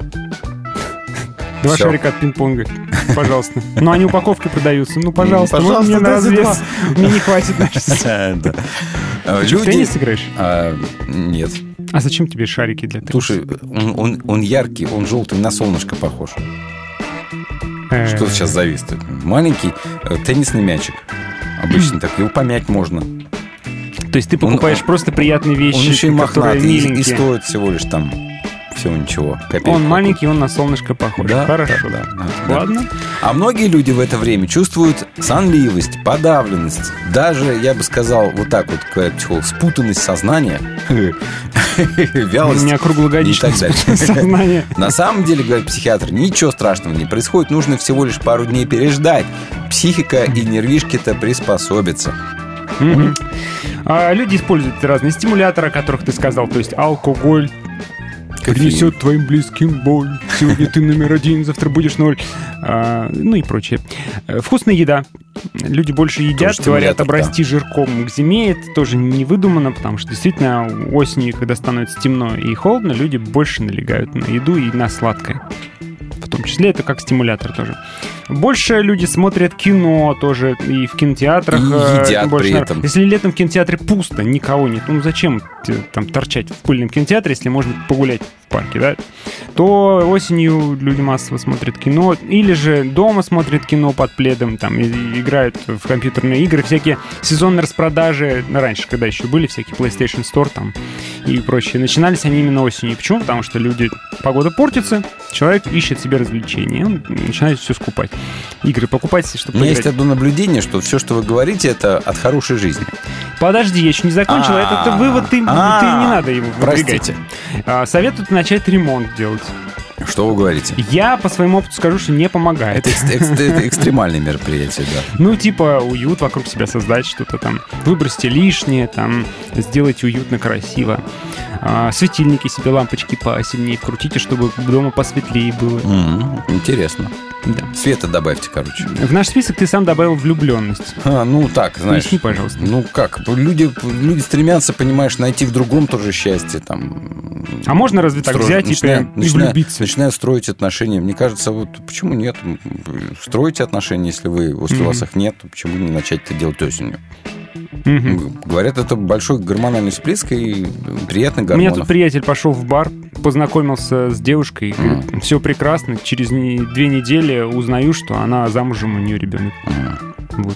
Два Все. шарика от пинг-понга, пожалуйста. Но они упаковки продаются. Ну, пожалуйста, ну, пожалуйста, мне на развес. Мне не хватит. Люди... В теннис играешь? А, нет. А зачем тебе шарики для тенниса? Слушай, он, он, он яркий, он желтый, на солнышко похож. Что сейчас завис? Маленький теннисный мячик. Обычно так, его помять можно. То есть ты покупаешь он, просто приятные вещи, он еще и которые мохнатый, миленькие. И стоит всего лишь там... Всего ничего. Копейку он маленький, он на солнышко похож. Да, хорошо. Да, да, Ладно. Да. А многие люди в это время чувствуют сонливость, подавленность. Даже, я бы сказал, вот так вот, говорят психолог, спутанность сознания, вялость. У меня круглогодичное сознание. На самом деле, говорят психиатры, ничего страшного не происходит. Нужно всего лишь пару дней переждать. Психика и нервишки-то приспособятся. Mm-hmm. А люди используют разные стимуляторы, о которых ты сказал, то есть алкоголь. Принесет твоим близким боль. Сегодня ты номер один, завтра будешь ноль. А, ну и прочее. Вкусная еда. Люди больше едят, тоже говорят, обрасти да. жирком к зиме. Это тоже не выдумано, потому что действительно осенью, когда становится темно и холодно, люди больше налегают на еду и на сладкое. В том числе это как стимулятор тоже. Больше люди смотрят кино тоже и в кинотеатрах. И едят больше, при этом. Если летом в кинотеатре пусто, никого нет, ну зачем там торчать в пыльном кинотеатре, если можно погулять в парке, да? То осенью люди массово смотрят кино, или же дома смотрят кино под пледом, там и, и играют в компьютерные игры, всякие сезонные распродажи, раньше, когда еще были всякие PlayStation Store там и прочее, начинались они именно осенью. Почему? Потому что люди, погода портится, человек ищет себе развлечения, он начинает все скупать. Игры покупать, чтобы У меня поиграть. есть одно наблюдение, что все, что вы говорите, это от хорошей жизни. Подожди, я еще не закончил. Это вывод, ты, ты не надо его выдвигать. Советую начать ремонт делать. Что вы говорите? Я по своему опыту скажу, что не помогает. Это, экс- это экстремальное мероприятие, да. Ну, типа, уют вокруг себя создать, что-то там. Выбросьте лишнее, там, сделайте уютно, красиво. А, светильники себе, лампочки посильнее вкрутите, чтобы дома посветлее было. Mm-hmm. Интересно. Да. Света добавьте, короче. В наш список ты сам добавил влюбленность. А, ну так, знаешь. Поясни, пожалуйста. Ну как, люди, люди стремятся, понимаешь, найти в другом тоже счастье. Там, а можно разве так строить, взять начиная, и, начиная, и влюбиться? Начинают строить отношения. Мне кажется, вот почему нет? Стройте отношения, если вы, если mm-hmm. у вас их нет, почему не начать это делать осенью? Mm-hmm. Говорят, это большой гормональный всплеск и приятный гормон. У меня тут приятель пошел в бар, познакомился с девушкой, mm-hmm. все прекрасно. Через две недели узнаю, что она замужем, у нее ребенок. Mm-hmm. Вот.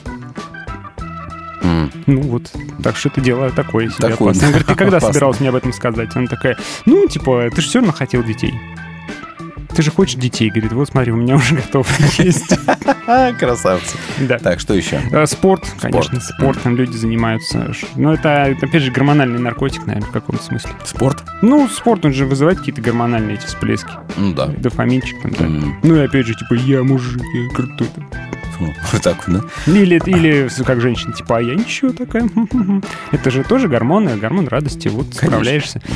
Mm. Ну вот, так что это дело такое себе опасное. Она говорит, ты когда собиралась мне об этом сказать? Она такая, ну, типа, ты же все равно хотел детей. Ты же хочешь детей? Говорит, вот смотри, у меня уже готов есть. Красавцы. Да. Так, что еще? Спорт, конечно, спортом люди занимаются. Но это, опять же, гормональный наркотик, наверное, в каком-то смысле. Спорт? Ну, спорт, он же вызывает какие-то гормональные эти всплески. Ну да. Дофаминчик там, да. Mm. Ну и опять же, типа, я мужик, я крутой. Вот так вот, да? Или, или как женщина, типа, а я ничего такая. Это же тоже гормоны, гормон радости, вот конечно. Справляешься.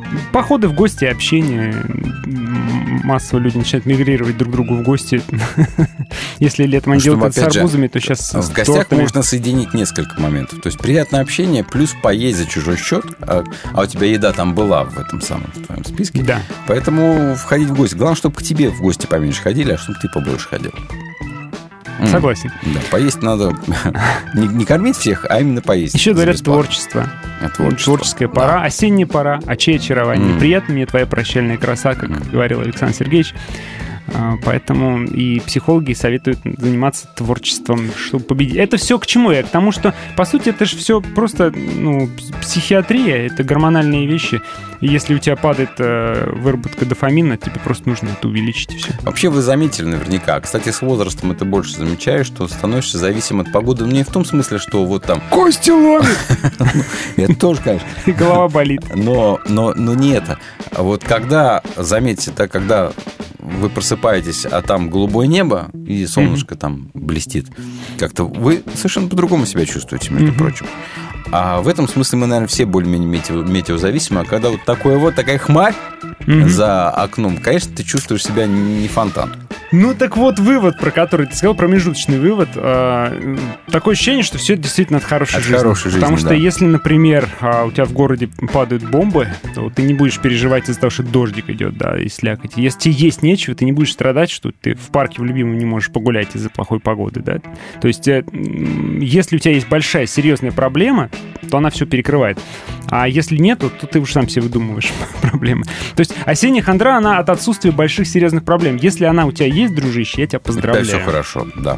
походы в гости, общение. Массово люди начинают мигрировать друг к другу в гости. Если летом они делают это с арбузами, то сейчас в гостях можно соединить несколько моментов. То есть приятное общение, плюс поесть за чужой счет, а, а у тебя еда там была в этом самом в твоем списке. Да. Поэтому входить в гости. Главное, чтобы к тебе в гости поменьше ходили, а чтобы ты побольше ходил. Согласен. Да, поесть надо не, не кормить всех, а именно поесть. Еще говорят творчество. творчество. Творческая пора, да. Осенняя пора, очей очарование. Mm. Приятно мне твоя прощальная краса, как mm. говорил Александр Сергеевич. Поэтому и психологи советуют заниматься творчеством, чтобы победить. Это все к чему я? К тому, что, по сути, это же все просто ну, психиатрия, это гормональные вещи. И если у тебя падает э, выработка дофамина, тебе просто нужно это увеличить, и все. Вообще вы заметили наверняка. Кстати, с возрастом это больше замечаешь, что становишься зависим от погоды. Не в том смысле, что вот там... Кости ломит! Это тоже, конечно. И голова болит. Но не это. Вот когда, заметьте, так, когда вы просыпаетесь, а там голубое небо, и солнышко mm-hmm. там блестит, как-то вы совершенно по-другому себя чувствуете, между mm-hmm. прочим. А в этом смысле мы, наверное, все более-менее метео, метеозависимы. А когда вот такое вот, такая хмарь mm-hmm. за окном, конечно, ты чувствуешь себя не фонтан. Ну, так вот, вывод, про который ты сказал, промежуточный вывод. Э, такое ощущение, что все это действительно от хорошей от жизни. Хорошей жизни, Потому что да. если, например, у тебя в городе падают бомбы, то ты не будешь переживать из-за того, что дождик идет, да, и слякоть. Если тебе есть нечего, ты не будешь страдать, что ты в парке в любимом не можешь погулять из-за плохой погоды, да. То есть, э, если у тебя есть большая, серьезная проблема, то она все перекрывает. А если нет, то ты уж сам себе выдумываешь проблемы. То есть осенняя хандра, она от отсутствия больших серьезных проблем. Если она у тебя есть, дружище, я тебя поздравляю. Это все хорошо, да.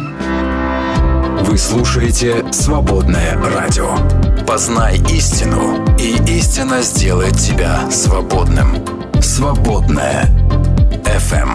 Вы слушаете «Свободное радио». Познай истину, и истина сделает тебя свободным. «Свободное эф эм».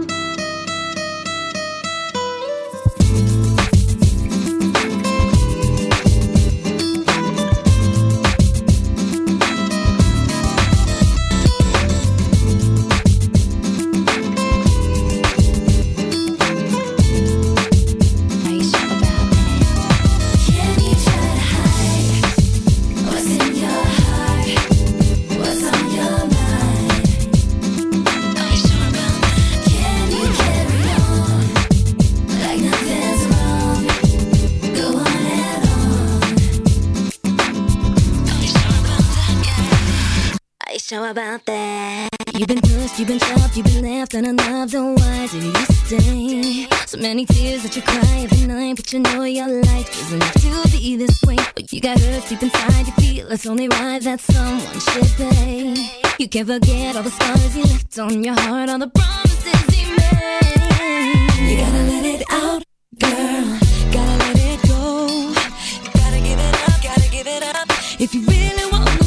Show about that. You've been pushed, you've been shoved, you've been left unloved. Oh, why did you stay? So many tears that you cry every night, but you know your life doesn't have to be this way. But you got hurt deep inside, you feel it's only right that someone should pay. You can't forget all the scars he left on your heart, all the promises he made. You gotta let it out, girl. Gotta let it go. You gotta give it up, gotta give it up. If you really want to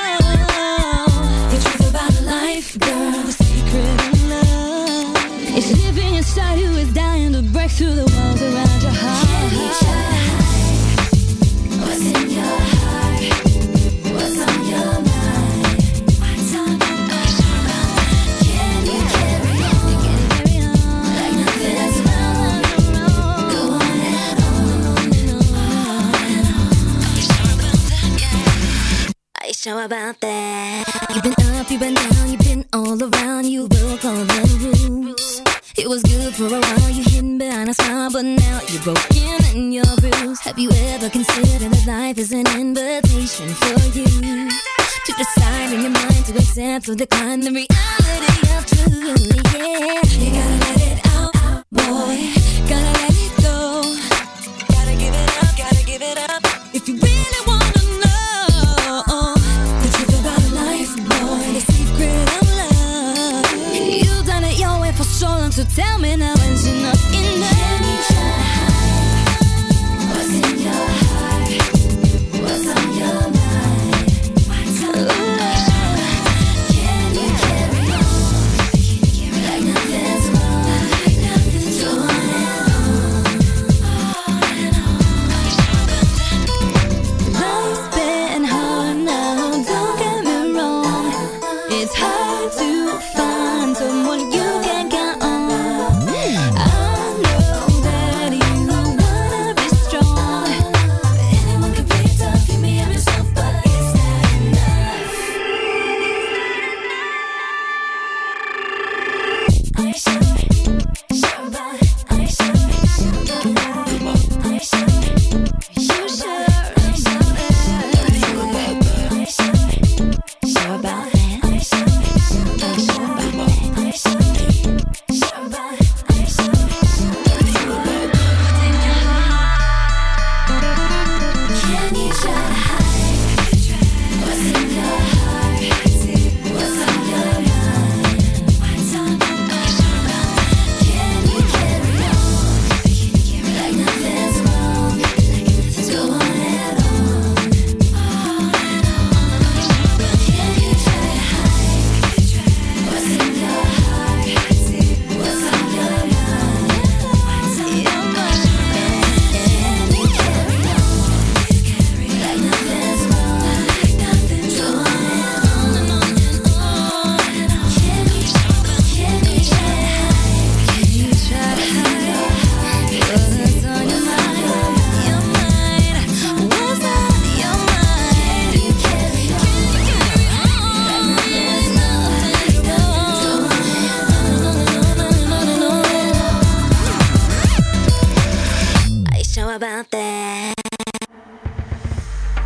girl, the secret of love is living inside who is dying to break through the walls around your heart. Can you try to hide what's in your heart? What's on your mind? What's on your mind? Can you carry on like nothing's wrong? Go on and on and on and on. Are you sure about that? Yeah. Are you sure about that? You've been up, you've been down, you've been all around, you broke all the rules. It was good for a while, you hidden behind a smile, but now you're broken and you're bruised. Have you ever considered that life is an invitation for you to decide in your mind to accept or decline the reality of truth? Yeah, you gotta let it out, out, boy. Gotta let it go. Gotta give it up, gotta give it up. If you really wanna know the truth about life, boy, the secret of love. You've done it your way for so long, so tell me now when's enough enough? Can you try to hide what's in your heart? What's on your mind? What's on your mind? Can you carry on like nothing's wrong? Go on and on.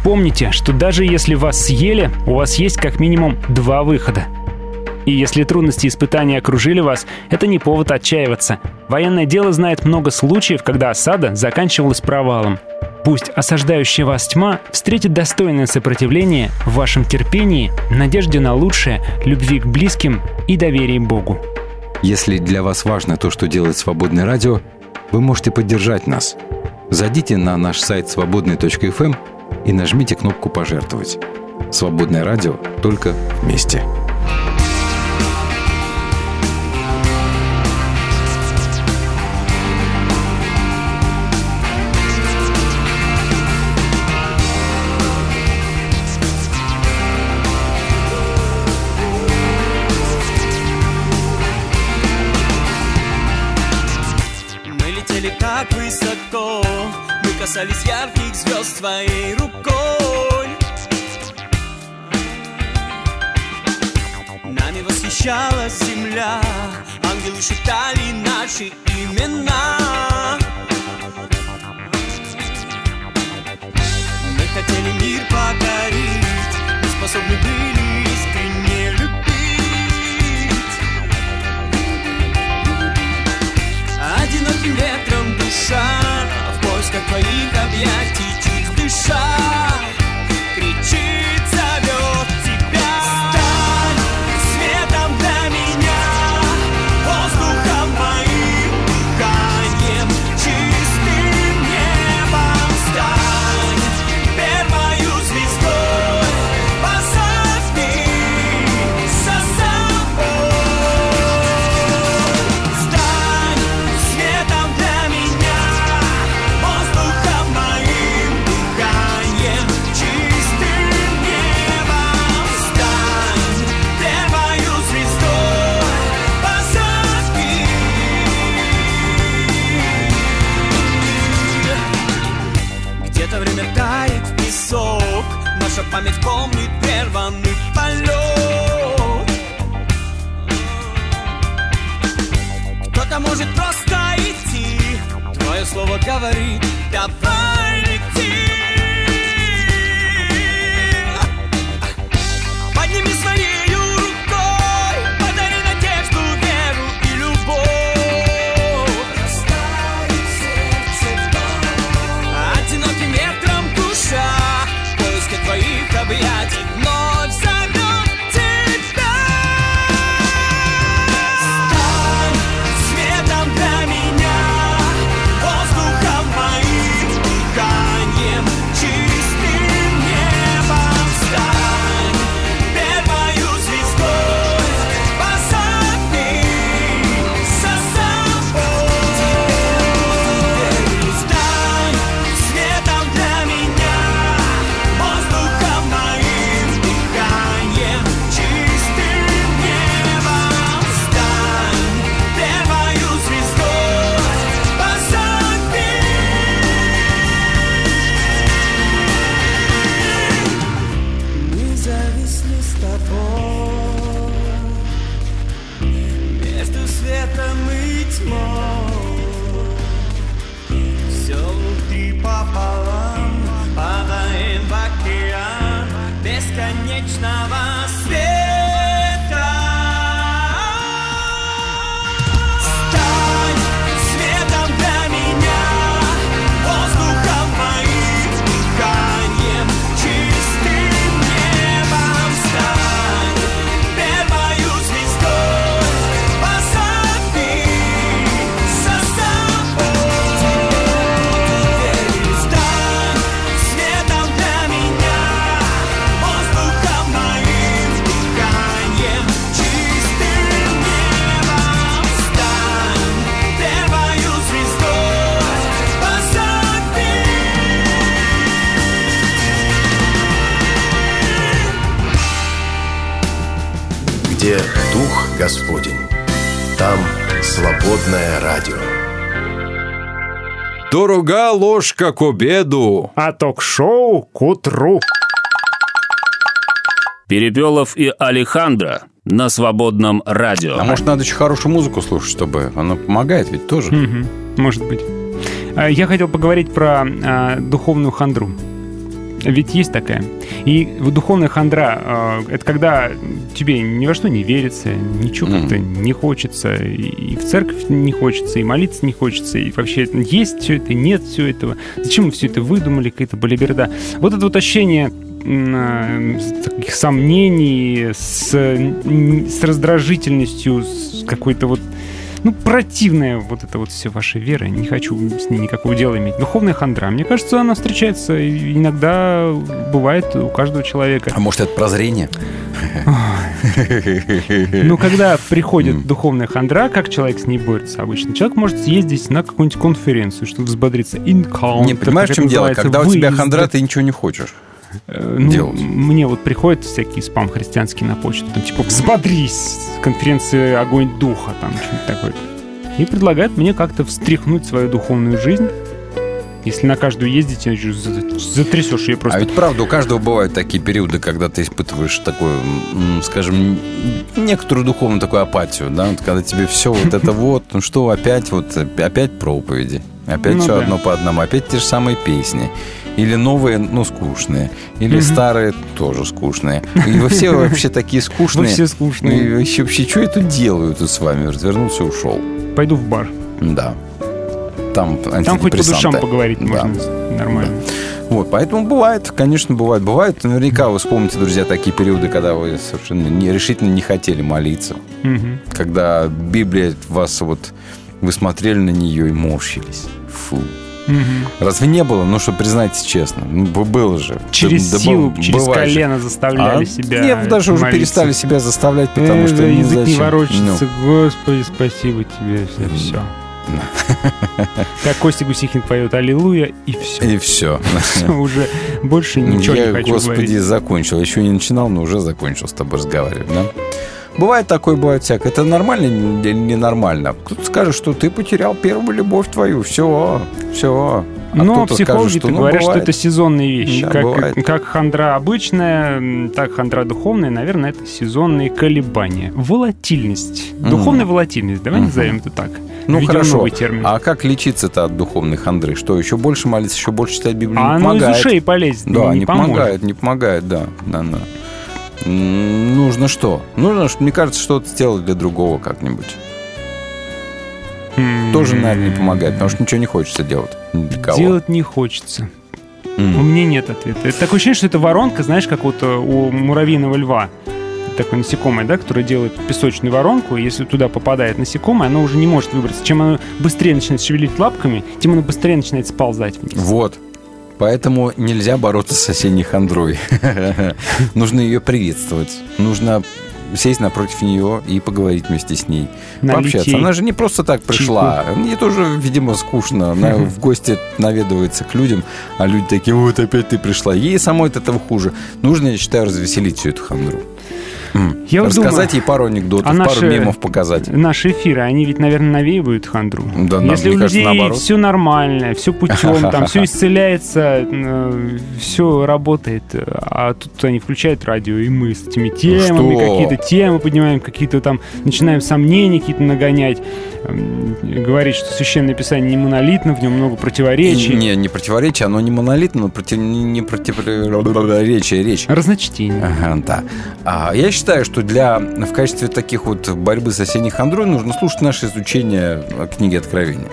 Помните, что даже если вас съели, у вас есть как минимум два выхода. И если трудности и испытания окружили вас, это не повод отчаиваться. Военное дело знает много случаев, когда осада заканчивалась провалом. Пусть осаждающая вас тьма встретит достойное сопротивление в вашем терпении, надежде на лучшее, любви к близким и доверии Богу. Если для вас важно то, что делает Свободное радио, вы можете поддержать нас. Зайдите на наш сайт свободный точка эф эм и нажмите кнопку «Пожертвовать». Свободное радио только вместе. Так высоко мы касались ярких звезд своей рукой. Нами восхищалась земля, ангелы шептали наши имена. Мы хотели мир покорить, мы способны были искренне любить. Одиноким ветром душа в поисках твоих объятий, чуть дыша, кричит, зовет тебя. Стань светом для меня, воздухом моим, дыханием, чистым небом. Стань первою звездой, позови со собой. Стань светом для меня, воздухом моим, дыханием, чистым небом. Стань первою звездой, позови. Где-то время тает в песок, наша память помнит прерванный полет. Кто-то может просто идти, твое слово говорит, давай лети. Подними своей рукой, подари надежду, веру и любовь. Растает сердце боль. Одиноким ветром душа в поиске твоих объятий вновь зовет тебя. Стань светом для меня, воздухом моим, дыханием, чистым небом. Стань первою звездой, позови со собой. Стань светом для меня, воздухом моим, дыханием, чистым небом. Стань первою звездой, позови. Мы зависли с тобой между светом и тьмой. Все внутри пополам, падаем в океан бесконечного света. Стань светом для меня, воздухом моим, дыханием, чистым небом. Стань первою звездой, позови со собой. Стань светом для меня, воздухом моим, дыханием, чистым небом. Стань первою звездой, позови. Где Дух Господень, там свободное радио. Дорога ложка к обеду. А ток-шоу к утру. Перепелов и Алехандро на Свободном радио. А может, надо очень хорошую музыку слушать, чтобы она помогает ведь тоже? Мгм, может быть. А, Я хотел поговорить про а, духовную хандру. Ведь есть такая. И духовная хандра — это когда тебе ни во что не верится, ничего mm. как-то не хочется, и в церковь не хочется, и молиться не хочется, и вообще есть все это, нет все этого. Зачем мы все это выдумали, какая-то балиберда. Вот это вот ощущение таких сомнений с, с раздражительностью, с какой-то вот ну, противная вот эта вот все ваша вера. Не хочу с ней никакого дела иметь. Духовная хандра. Мне кажется, она встречается иногда, бывает у каждого человека. А может, это прозрение? Ну, когда приходит духовная хандра, как человек с ней борется обычно? Человек может съездить на какую-нибудь конференцию, чтобы взбодриться. Encounter, не, понимаешь, в чем дело? Когда у тебя хандра, ты ничего не хочешь. Ну, делать. Мне вот приходят всякие спам христианские на почту, там типа «Взбодрись!» конференции «Огонь духа», там что-нибудь такое. И предлагают мне как-то встряхнуть свою духовную жизнь. Если на каждую ездить, затрясешь ее просто. А ведь правда, у каждого бывают такие периоды, когда ты испытываешь такую, скажем, некоторую духовную такую апатию, да, вот, когда тебе все вот это вот, ну что, опять вот, опять проповеди, опять ну, все да. одно по одному, опять те же самые песни. Или новые, ну, скучные. Или mm-hmm. старые, тоже скучные. И вы все вообще такие скучные. Вы все скучные. И вообще, вообще, что я тут делаю тут с вами? Развернулся и ушел. Пойду в бар. Да. Там антидепрессанты. Там хоть по душам поговорить да. можно нормально. Да. Вот, поэтому бывает, конечно, бывает. Бывает, наверняка вы вспомните, друзья, такие периоды, когда вы совершенно не, решительно не хотели молиться. Mm-hmm. Когда Библия вас вот... Вы смотрели на нее и морщились. Фу. Угу. Разве не было? Ну, что, признайтесь честно. Ну, было же. Через да, силу, да, через колено же. заставляли а себя Нет, даже молиться. Уже перестали себя заставлять, потому э, что... Да, ну, язык зачем? не ворочается. Ну. Господи, спасибо тебе. Все. все. Как Костя Гусихин поет «Аллилуйя», и все. И все. Все, уже больше ничего Я, не хочу Господи, говорить. закончил. Еще не начинал, но уже закончил с тобой разговаривать, да? Бывает такое, бывает всякое. Это нормально или ненормально? Кто-то скажет, что ты потерял первую любовь твою. Все, все. А но психологи скажет, что, ну, говорят, бывает. что это сезонные вещи. Да, как, как хандра обычная, так хандра духовная, наверное, это сезонные колебания. Волатильность. Mm. Духовная волатильность. Давай mm-hmm. назовем это так. Ну, введем хорошо. Новый термин. А как лечиться-то от духовной хандры? Что, еще больше молиться, еще больше читать Библию? А не оно помогает. из ушей полезет. Да, не, не поможет. помогает, не помогает, да. да, да. Нужно что? Нужно, мне кажется, что-то сделать для другого как-нибудь. Mm-hmm. Тоже, наверное, не помогает, потому что ничего не хочется делать. Для кого? Делать не хочется. Mm. У меня нет ответа. Это такое ощущение, что это воронка, знаешь, как вот у муравьиного льва. Такое насекомое, да, которое делает песочную воронку, и если туда попадает насекомое, оно уже не может выбраться. Чем оно быстрее начинает шевелить лапками, тем оно быстрее начинает сползать вниз. Вот. Поэтому нельзя бороться с осенней хандрой. Нужно ее приветствовать. Нужно сесть напротив нее и поговорить вместе с ней. Пообщаться. Она же не просто так пришла. Ей тоже, видимо, скучно. Она в гости наведывается к людям, а люди такие: вот опять ты пришла. Ей самой от этого хуже. Нужно, я считаю, развеселить всю эту хандру. Я Рассказать думаю, ей пару анекдотов, а пару наши, мемов показать. Наши эфиры, они ведь, наверное, навеивают хандру. Да, Если нам, у людей кажется, все нормально, все путем, там все исцеляется, все работает, а тут они включают радио, и мы с этими темами, Что? какие-то темы поднимаем, какие-то там, начинаем сомнения какие-то нагонять, говорить, что Священное Писание не монолитно, в нем много противоречий. Не, не противоречие, оно не монолитно, но против, не противоречие, речь. Разночтение. Ага, да. А, я считаю, что для, в качестве таких вот борьбы с осенней хандрой нужно слушать наше изучение книги Откровения.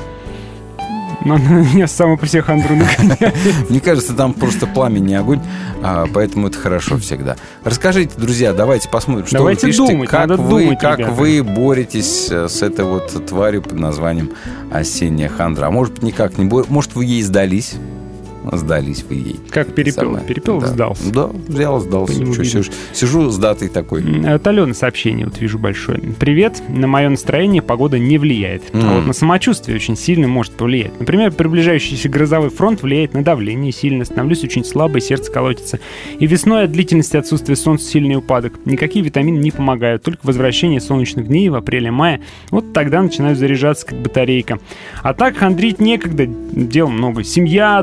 Но она меня само по себе хандру нагоняет. Мне кажется, там просто пламя, не огонь, поэтому это хорошо всегда. Расскажите, друзья, давайте посмотрим, что давайте вы пишете, думать, как, надо вы, думать, как ребята. вы боретесь с этой вот тварью под названием осенняя хандра. А может быть, никак не боретесь, может, вы ей сдались? Сдались вы ей. Как перепел. Самое. Перепел, да. сдался. Да, взял, сдался. Что, сижу, сижу с датой такой. От Алены сообщение вот вижу большое. Привет, на мое настроение погода не влияет. Mm. А вот на самочувствие очень сильно может повлиять. Например, приближающийся грозовой фронт влияет на давление сильно. Становлюсь очень слабой, сердце колотится. И весной от длительности отсутствия солнца сильный упадок. Никакие витамины не помогают. Только возвращение солнечных дней в апреле-мае. Вот тогда начинаю заряжаться как батарейка. А так хандрить некогда. Дел много. Семья, дом,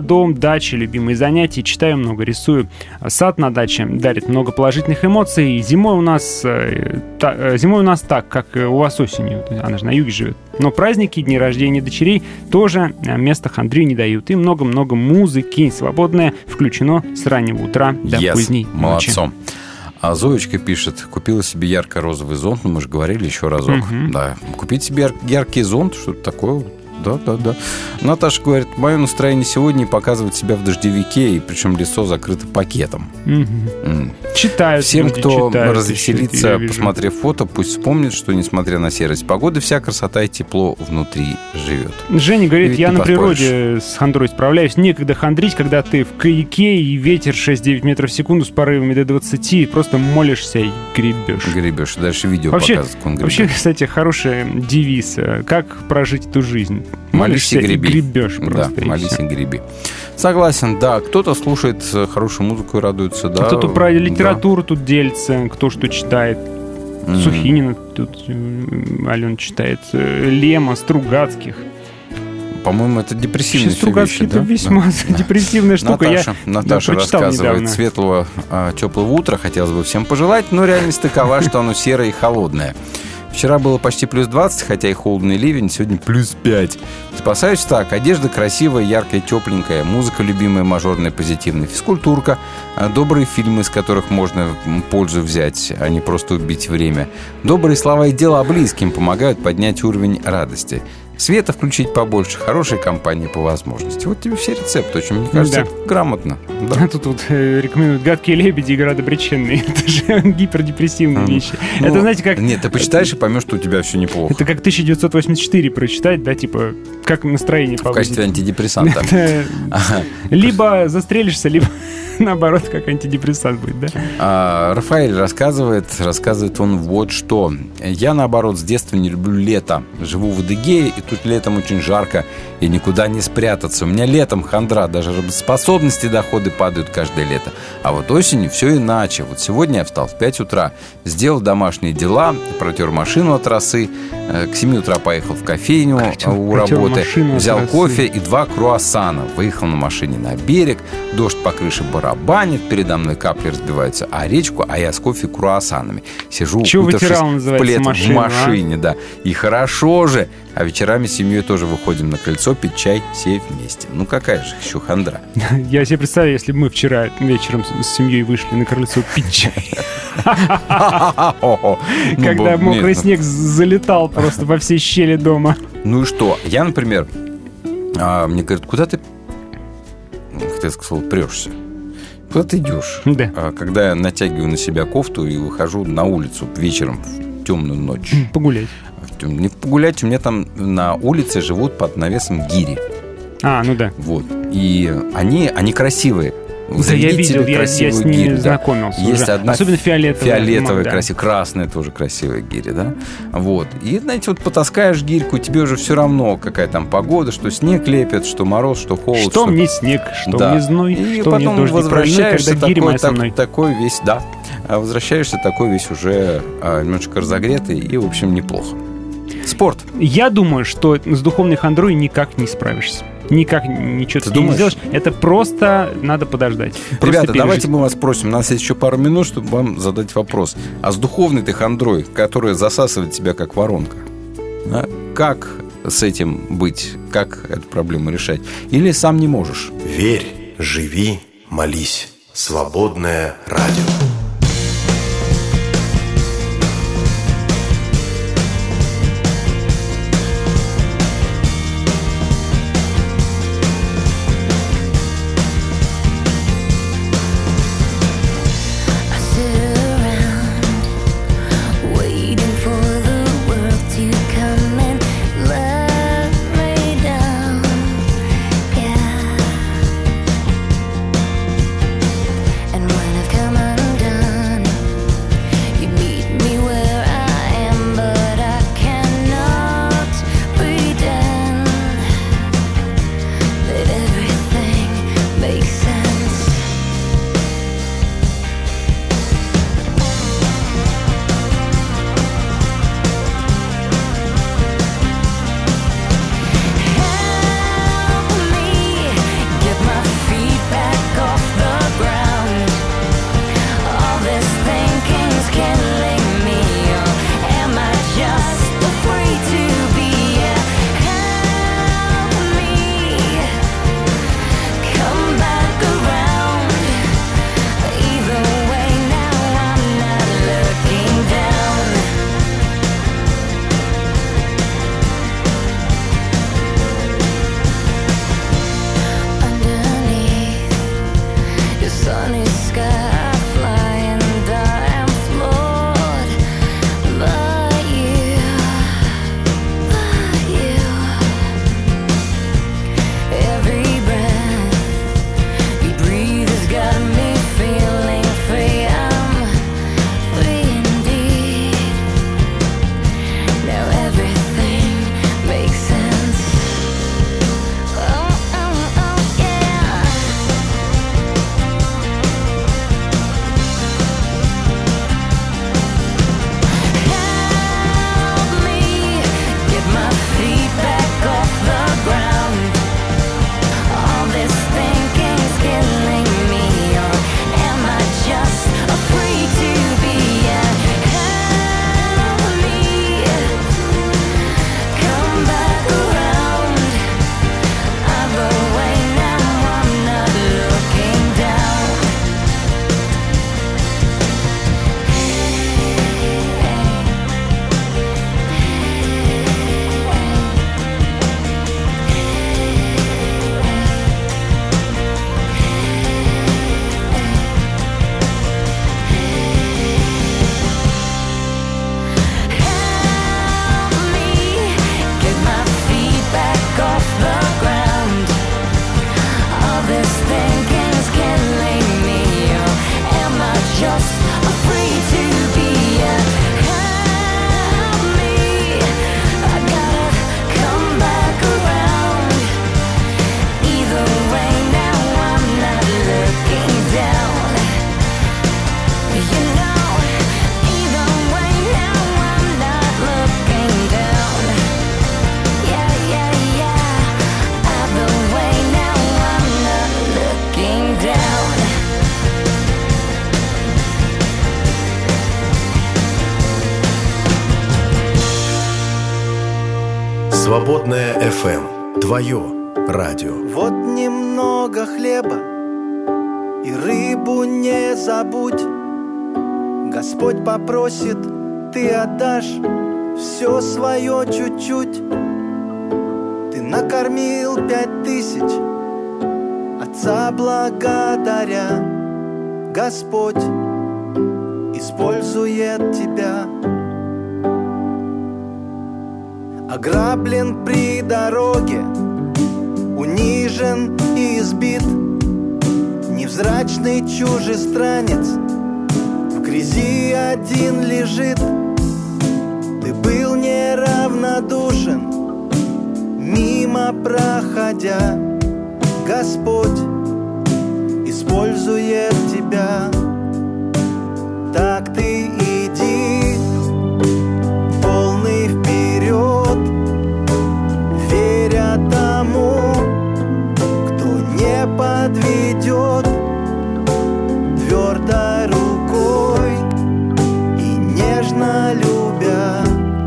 дача, любимые занятия. Читаю много, рисую. Сад на даче дарит много положительных эмоций. Зимой у нас, э, та, зимой у нас так, как у вас осенью. Она же на юге живет. Но праздники, дни рождения дочерей тоже места хандре не дают. И много-много музыки. Свободное включено с раннего утра до yes, поздней ночи. Молодцом. А Зоечка пишет, купила себе ярко-розовый зонт, ну мы же говорили еще разок. Uh-huh. Да. Купить себе яр- яркий зонт, что-то такое. Да, да, да. Наташа говорит, мое настроение сегодня показывает себя в дождевике, и причем лицо закрыто пакетом. Угу. Mm. Читают. Всем, люди, кто читают, развеселится, посмотрев фото, пусть вспомнит, что, несмотря на серость погоды, вся красота и тепло внутри живет. Женя говорит, я на поспоришь. природе с хандрой справляюсь. Некогда хандрить, когда ты в каяке и ветер шесть-девять метров в секунду с порывами до двадцати, просто молишься и гребешь. Гребешь. Дальше видео вообще, показывает, как он гребет. Вообще, кстати, хороший девиз. Как прожить эту жизнь? Молись и греби. И гребешь просто. Да, и молись все. и греби. Согласен, да. Кто-то слушает хорошую музыку и радуется, да. Кто-то про литературу да. тут делится, кто что читает. Mm-hmm. Сухинина тут Алена читает. Лема, Стругацких. По-моему, это депрессивные вещи, Стругацкие это да? весьма да. депрессивная штука. Наташа, Я Наташа да, рассказывает, недавно. светлого, э, теплого утра хотелось бы всем пожелать, но реальность такова, что оно серое и холодное. Вчера было почти плюс двадцать, хотя и холодный ливень, сегодня плюс пять. Спасаюсь так. Одежда красивая, яркая, тепленькая, музыка любимая, мажорная, позитивная, физкультурка, добрые фильмы, из которых можно пользу взять, а не просто убить время. Добрые слова и дела близким помогают поднять уровень радости. Света включить побольше, хорошая компания по возможности. Вот тебе все рецепты. Очень, мне кажется, да. грамотно. Да. А тут вот э, рекомендуют «Гадкие лебеди» и «Города бричинные». Это же гипердепрессивные mm. вещи. Ну, это, знаете, как... Нет, ты почитаешь и поймешь, что у тебя все неплохо. Это как тысяча девятьсот восемьдесят четыре прочитать, да, типа, как настроение повысить. В качестве антидепрессанта. Либо застрелишься, либо наоборот, как антидепрессант будет, да? А, Рафаэль рассказывает, рассказывает он вот что. Я, наоборот, с детства не люблю лето. Живу в Адыгее, и тут летом очень жарко, и никуда не спрятаться. У меня летом хандра, даже работоспособности, доходы падают каждое лето. А вот осенью все иначе. Вот сегодня я встал в пять утра, сделал домашние дела, протер машину от росы, к семи утра поехал в кофейню протер, у работы, взял кофе и два круассана. Выехал на машине на берег, дождь по крыше барабанит, передо мной капли разбиваются о речку, а я с кофе и круассанами. Сижу, укутавшись в плед в машине, а? Да. И хорошо же. А вечерами с семьей тоже выходим на крыльцо пить чай все вместе. Ну какая же еще хандра. Я себе представляю, если бы мы вчера вечером с семьей вышли на крыльцо пить чай. Когда мокрый снег залетал просто во все щели дома. Ну и что? Я, например, мне говорят, куда ты, как ты сказал, прешься? Куда ты идешь? Да. Когда я натягиваю на себя кофту и выхожу на улицу вечером в темную ночь. Погулять. Не погулять, у меня там на улице живут под навесом гири. А, ну да. Вот. И они, они красивые. Да, я видел, я, я с ними гирь, знакомился. Да. Есть уже. одна особенно фиолетовая. Фиолетовая, да. красивая, красная тоже красивая гиря, да? Вот. И, знаете, вот потаскаешь гирьку, тебе уже все равно, какая там погода, что снег лепит, что мороз, что холод. Что, что... мне снег, что да. мне зной, и что потом мне дождь возвращаешься когда гиря моя со мной. Так, такой весь, да. Возвращаешься такой весь уже а, немножечко разогретый и, в общем, неплохо. Спорт. Я думаю, что с духовной хандрой никак не справишься. Никак ничего ты не сделаешь. Это просто надо подождать. Просто Ребята, пережить. давайте мы вас спросим. У нас есть еще пару минут, чтобы вам задать вопрос. А с духовной ты хандрой, которая засасывает тебя как воронка, да? Как с этим быть? Как эту проблему решать? Или сам не можешь? Верь, живи, молись. Свободное радио. And when I've come undone afraid to be. Help me, I gotta come back around. Either way, now I'm not looking down. You know, either way, now I'm not looking down. Yeah, yeah, yeah. Either way, now I'm not looking down. Свободная эф эм. Твое радио. Вот немного хлеба и рыбу не забудь. Господь попросит, ты отдашь все свое чуть-чуть. Ты накормил пять тысяч, Отца благодаря. Господь использует тебя. Ограблен при дороге, унижен и избит, невзрачный чужестранец в грязи один лежит. Ты был неравнодушен, мимо проходя. Господь использует тебя. Так ты иди, полный вперед, веря тому, кто не подведет, твердой рукой и нежно любя.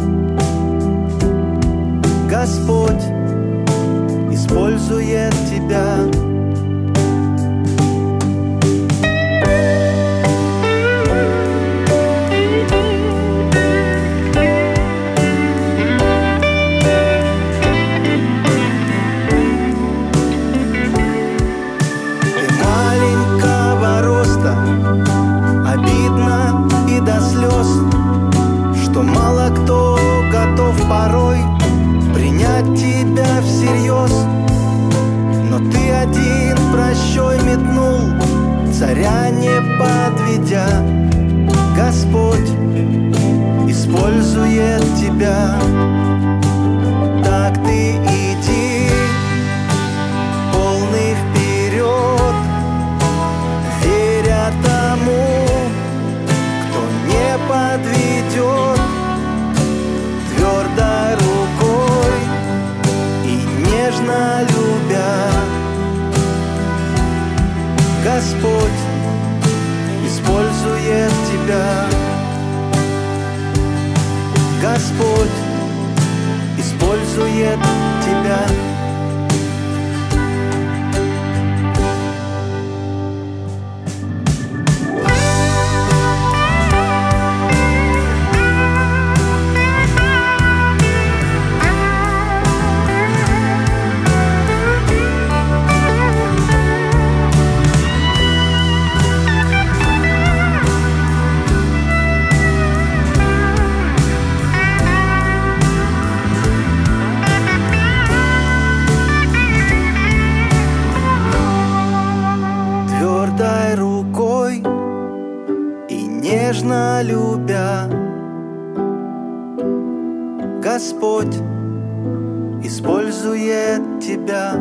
Господь использует тебя. Что мало кто готов порой принять тебя всерьез. Но ты один прощой метнул, царя не подведя. Господь использует тебя. Так ты иди, полный вперед, веря тому, не подведет, твердой рукой и нежно любя. Господь использует тебя. Господь использует тебя. Нежно любя, Господь использует тебя.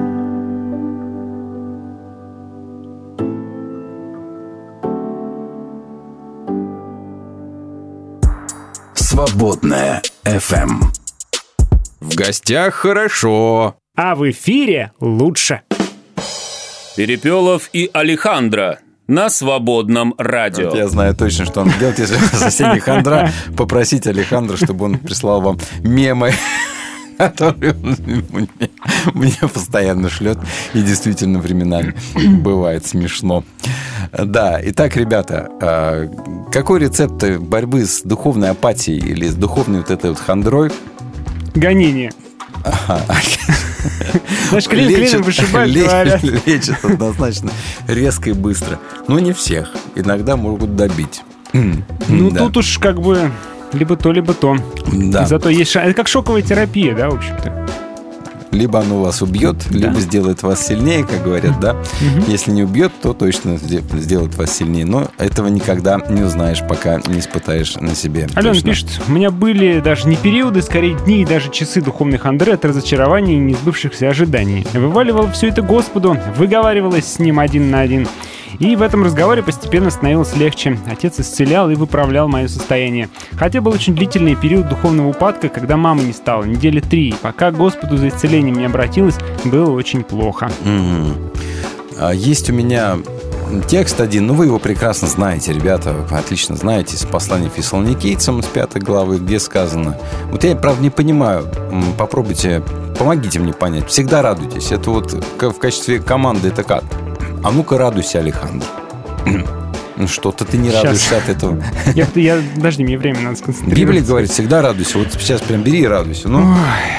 Свободная эф эм. В гостях хорошо, а в эфире лучше. Перепелов и Алехандро на Свободном радио. Вот я знаю точно, что он делает, если соседний хандра, попросить Алехандро, чтобы он прислал вам мемы, которые он мне, мне постоянно шлет. И действительно временами бывает смешно. Да, итак, ребята, какой рецепт борьбы с духовной апатией или с духовной вот этой вот хандрой? Гонение. Ага. Наш клин клином вышибает, говорят. Лечит однозначно резко и быстро. Но не всех. Иногда могут добить. Ну, да. Тут уж как бы либо то, либо то. Да. Зато есть шанс. Это как шоковая терапия, да, в общем-то? Либо оно вас убьет, Да. либо сделает вас сильнее, как говорят, да? Если не убьет, то точно сде- сделает вас сильнее. Но этого никогда не узнаешь, пока не испытаешь на себе. Алена Точно. пишет, у меня были даже не периоды, скорее дни и даже часы духовных Андре от разочарований и несбывшихся ожиданий. Вываливал все это Господу, выговаривалась с ним один на один. И в этом разговоре постепенно становилось легче. Отец исцелял и выправлял мое состояние. Хотя был очень длительный период духовного упадка, когда мамы не стало, недели три. Пока к Господу за исцелением не обратилась, было очень плохо. Мгм. А, Есть у меня текст один, ну вы его прекрасно знаете, ребята, отлично знаете, из послания фессалоникийцам с пятой главы, где сказано. Вот я, правда, не понимаю, м, попробуйте, помогите мне понять. Всегда радуйтесь. Это вот к- в качестве команды это как? А ну-ка радуйся, Алехандро. Ну что-то ты не Щас. радуешься от этого. Я, я, подожди, мне время надо сконцентрироваться. Библия говорит, всегда радуйся. Вот сейчас прям бери и радуйся. Ну,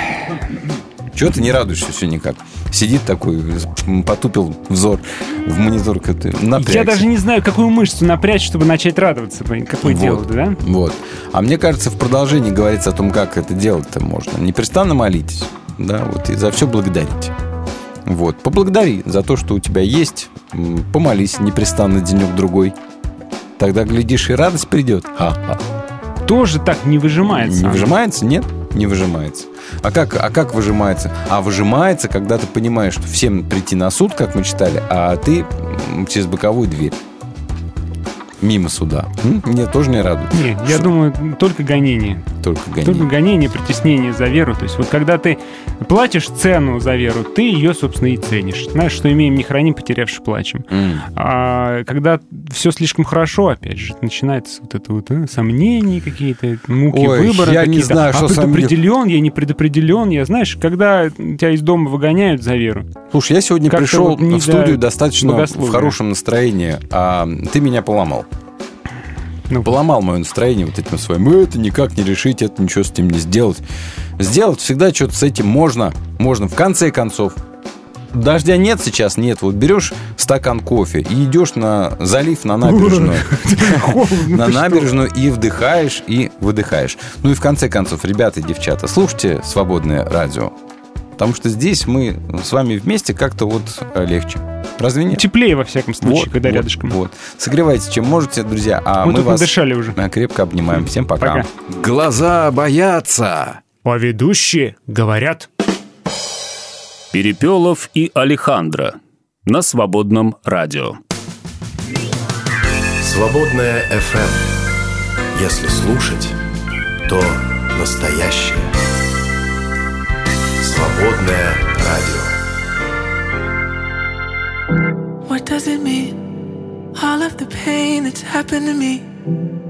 чего ты не радуешься все никак? Сидит такой, м, потупил взор в монитор, как ты напрягся. Я даже не знаю, какую мышцу напрячь, чтобы начать радоваться. Какое Вот. дело, да? Вот. А мне кажется, в продолжении говорится о том, как это делать-то можно. Непрестанно молитесь, да, вот, и за все благодарите. Вот. Поблагодари за то, что у тебя есть. М, Помолись непрестанно денек-другой. Тогда, глядишь, и радость придет. Ха-ха. Тоже так не выжимается. Не выжимается? Нет, не выжимается. А как, а как выжимается? А выжимается, когда ты понимаешь, что всем прийти на суд, как мы читали, а ты м, через боковую дверь. Мимо суда. М? Мне тоже не радует. Не, я думаю, только гонение. Только гонение. Только гонение, притеснение за веру. То есть вот когда ты платишь цену за веру, ты ее, собственно, и ценишь. Знаешь, что имеем, не храним, потерявши плачем. М. А когда все слишком хорошо, опять же, начинается вот это вот э, сомнения какие-то, муки Ой, выбора я не какие-то. знаю, а что сомнев- предопределен, я не предопределен. Я, знаешь, когда тебя из дома выгоняют за веру. Слушай, я сегодня Как-то пришел вот не в студию до достаточно в богословия. хорошем настроении, а ты меня поломал. Ну, Поломал мое настроение вот этим своим. «Э, Это никак не решить, это ничего с этим не сделать. Сделать всегда что-то с этим можно. Можно. В конце концов. Дождя нет сейчас, нет. Вот берешь стакан кофе и идешь на залив, на набережную. На набережную и вдыхаешь, и выдыхаешь. Ну и в конце концов, ребята и девчата, слушайте «Свободное радио». Потому что здесь мы с вами вместе как-то вот э, легче. Разве нет? Теплее, во всяком случае, Вот, когда вот, рядышком. Вот. Согревайте, чем можете, друзья. А Мы мы, тут вас надышали уже. э, крепко обнимаем. Всем пока. Пока. Глаза боятся. А ведущие говорят. Перепелов и Алехандро на Свободном радио. Свободная эф эм. Если слушать, то настоящее. Свободное радио. What does it mean? All of the pain that's happened to me.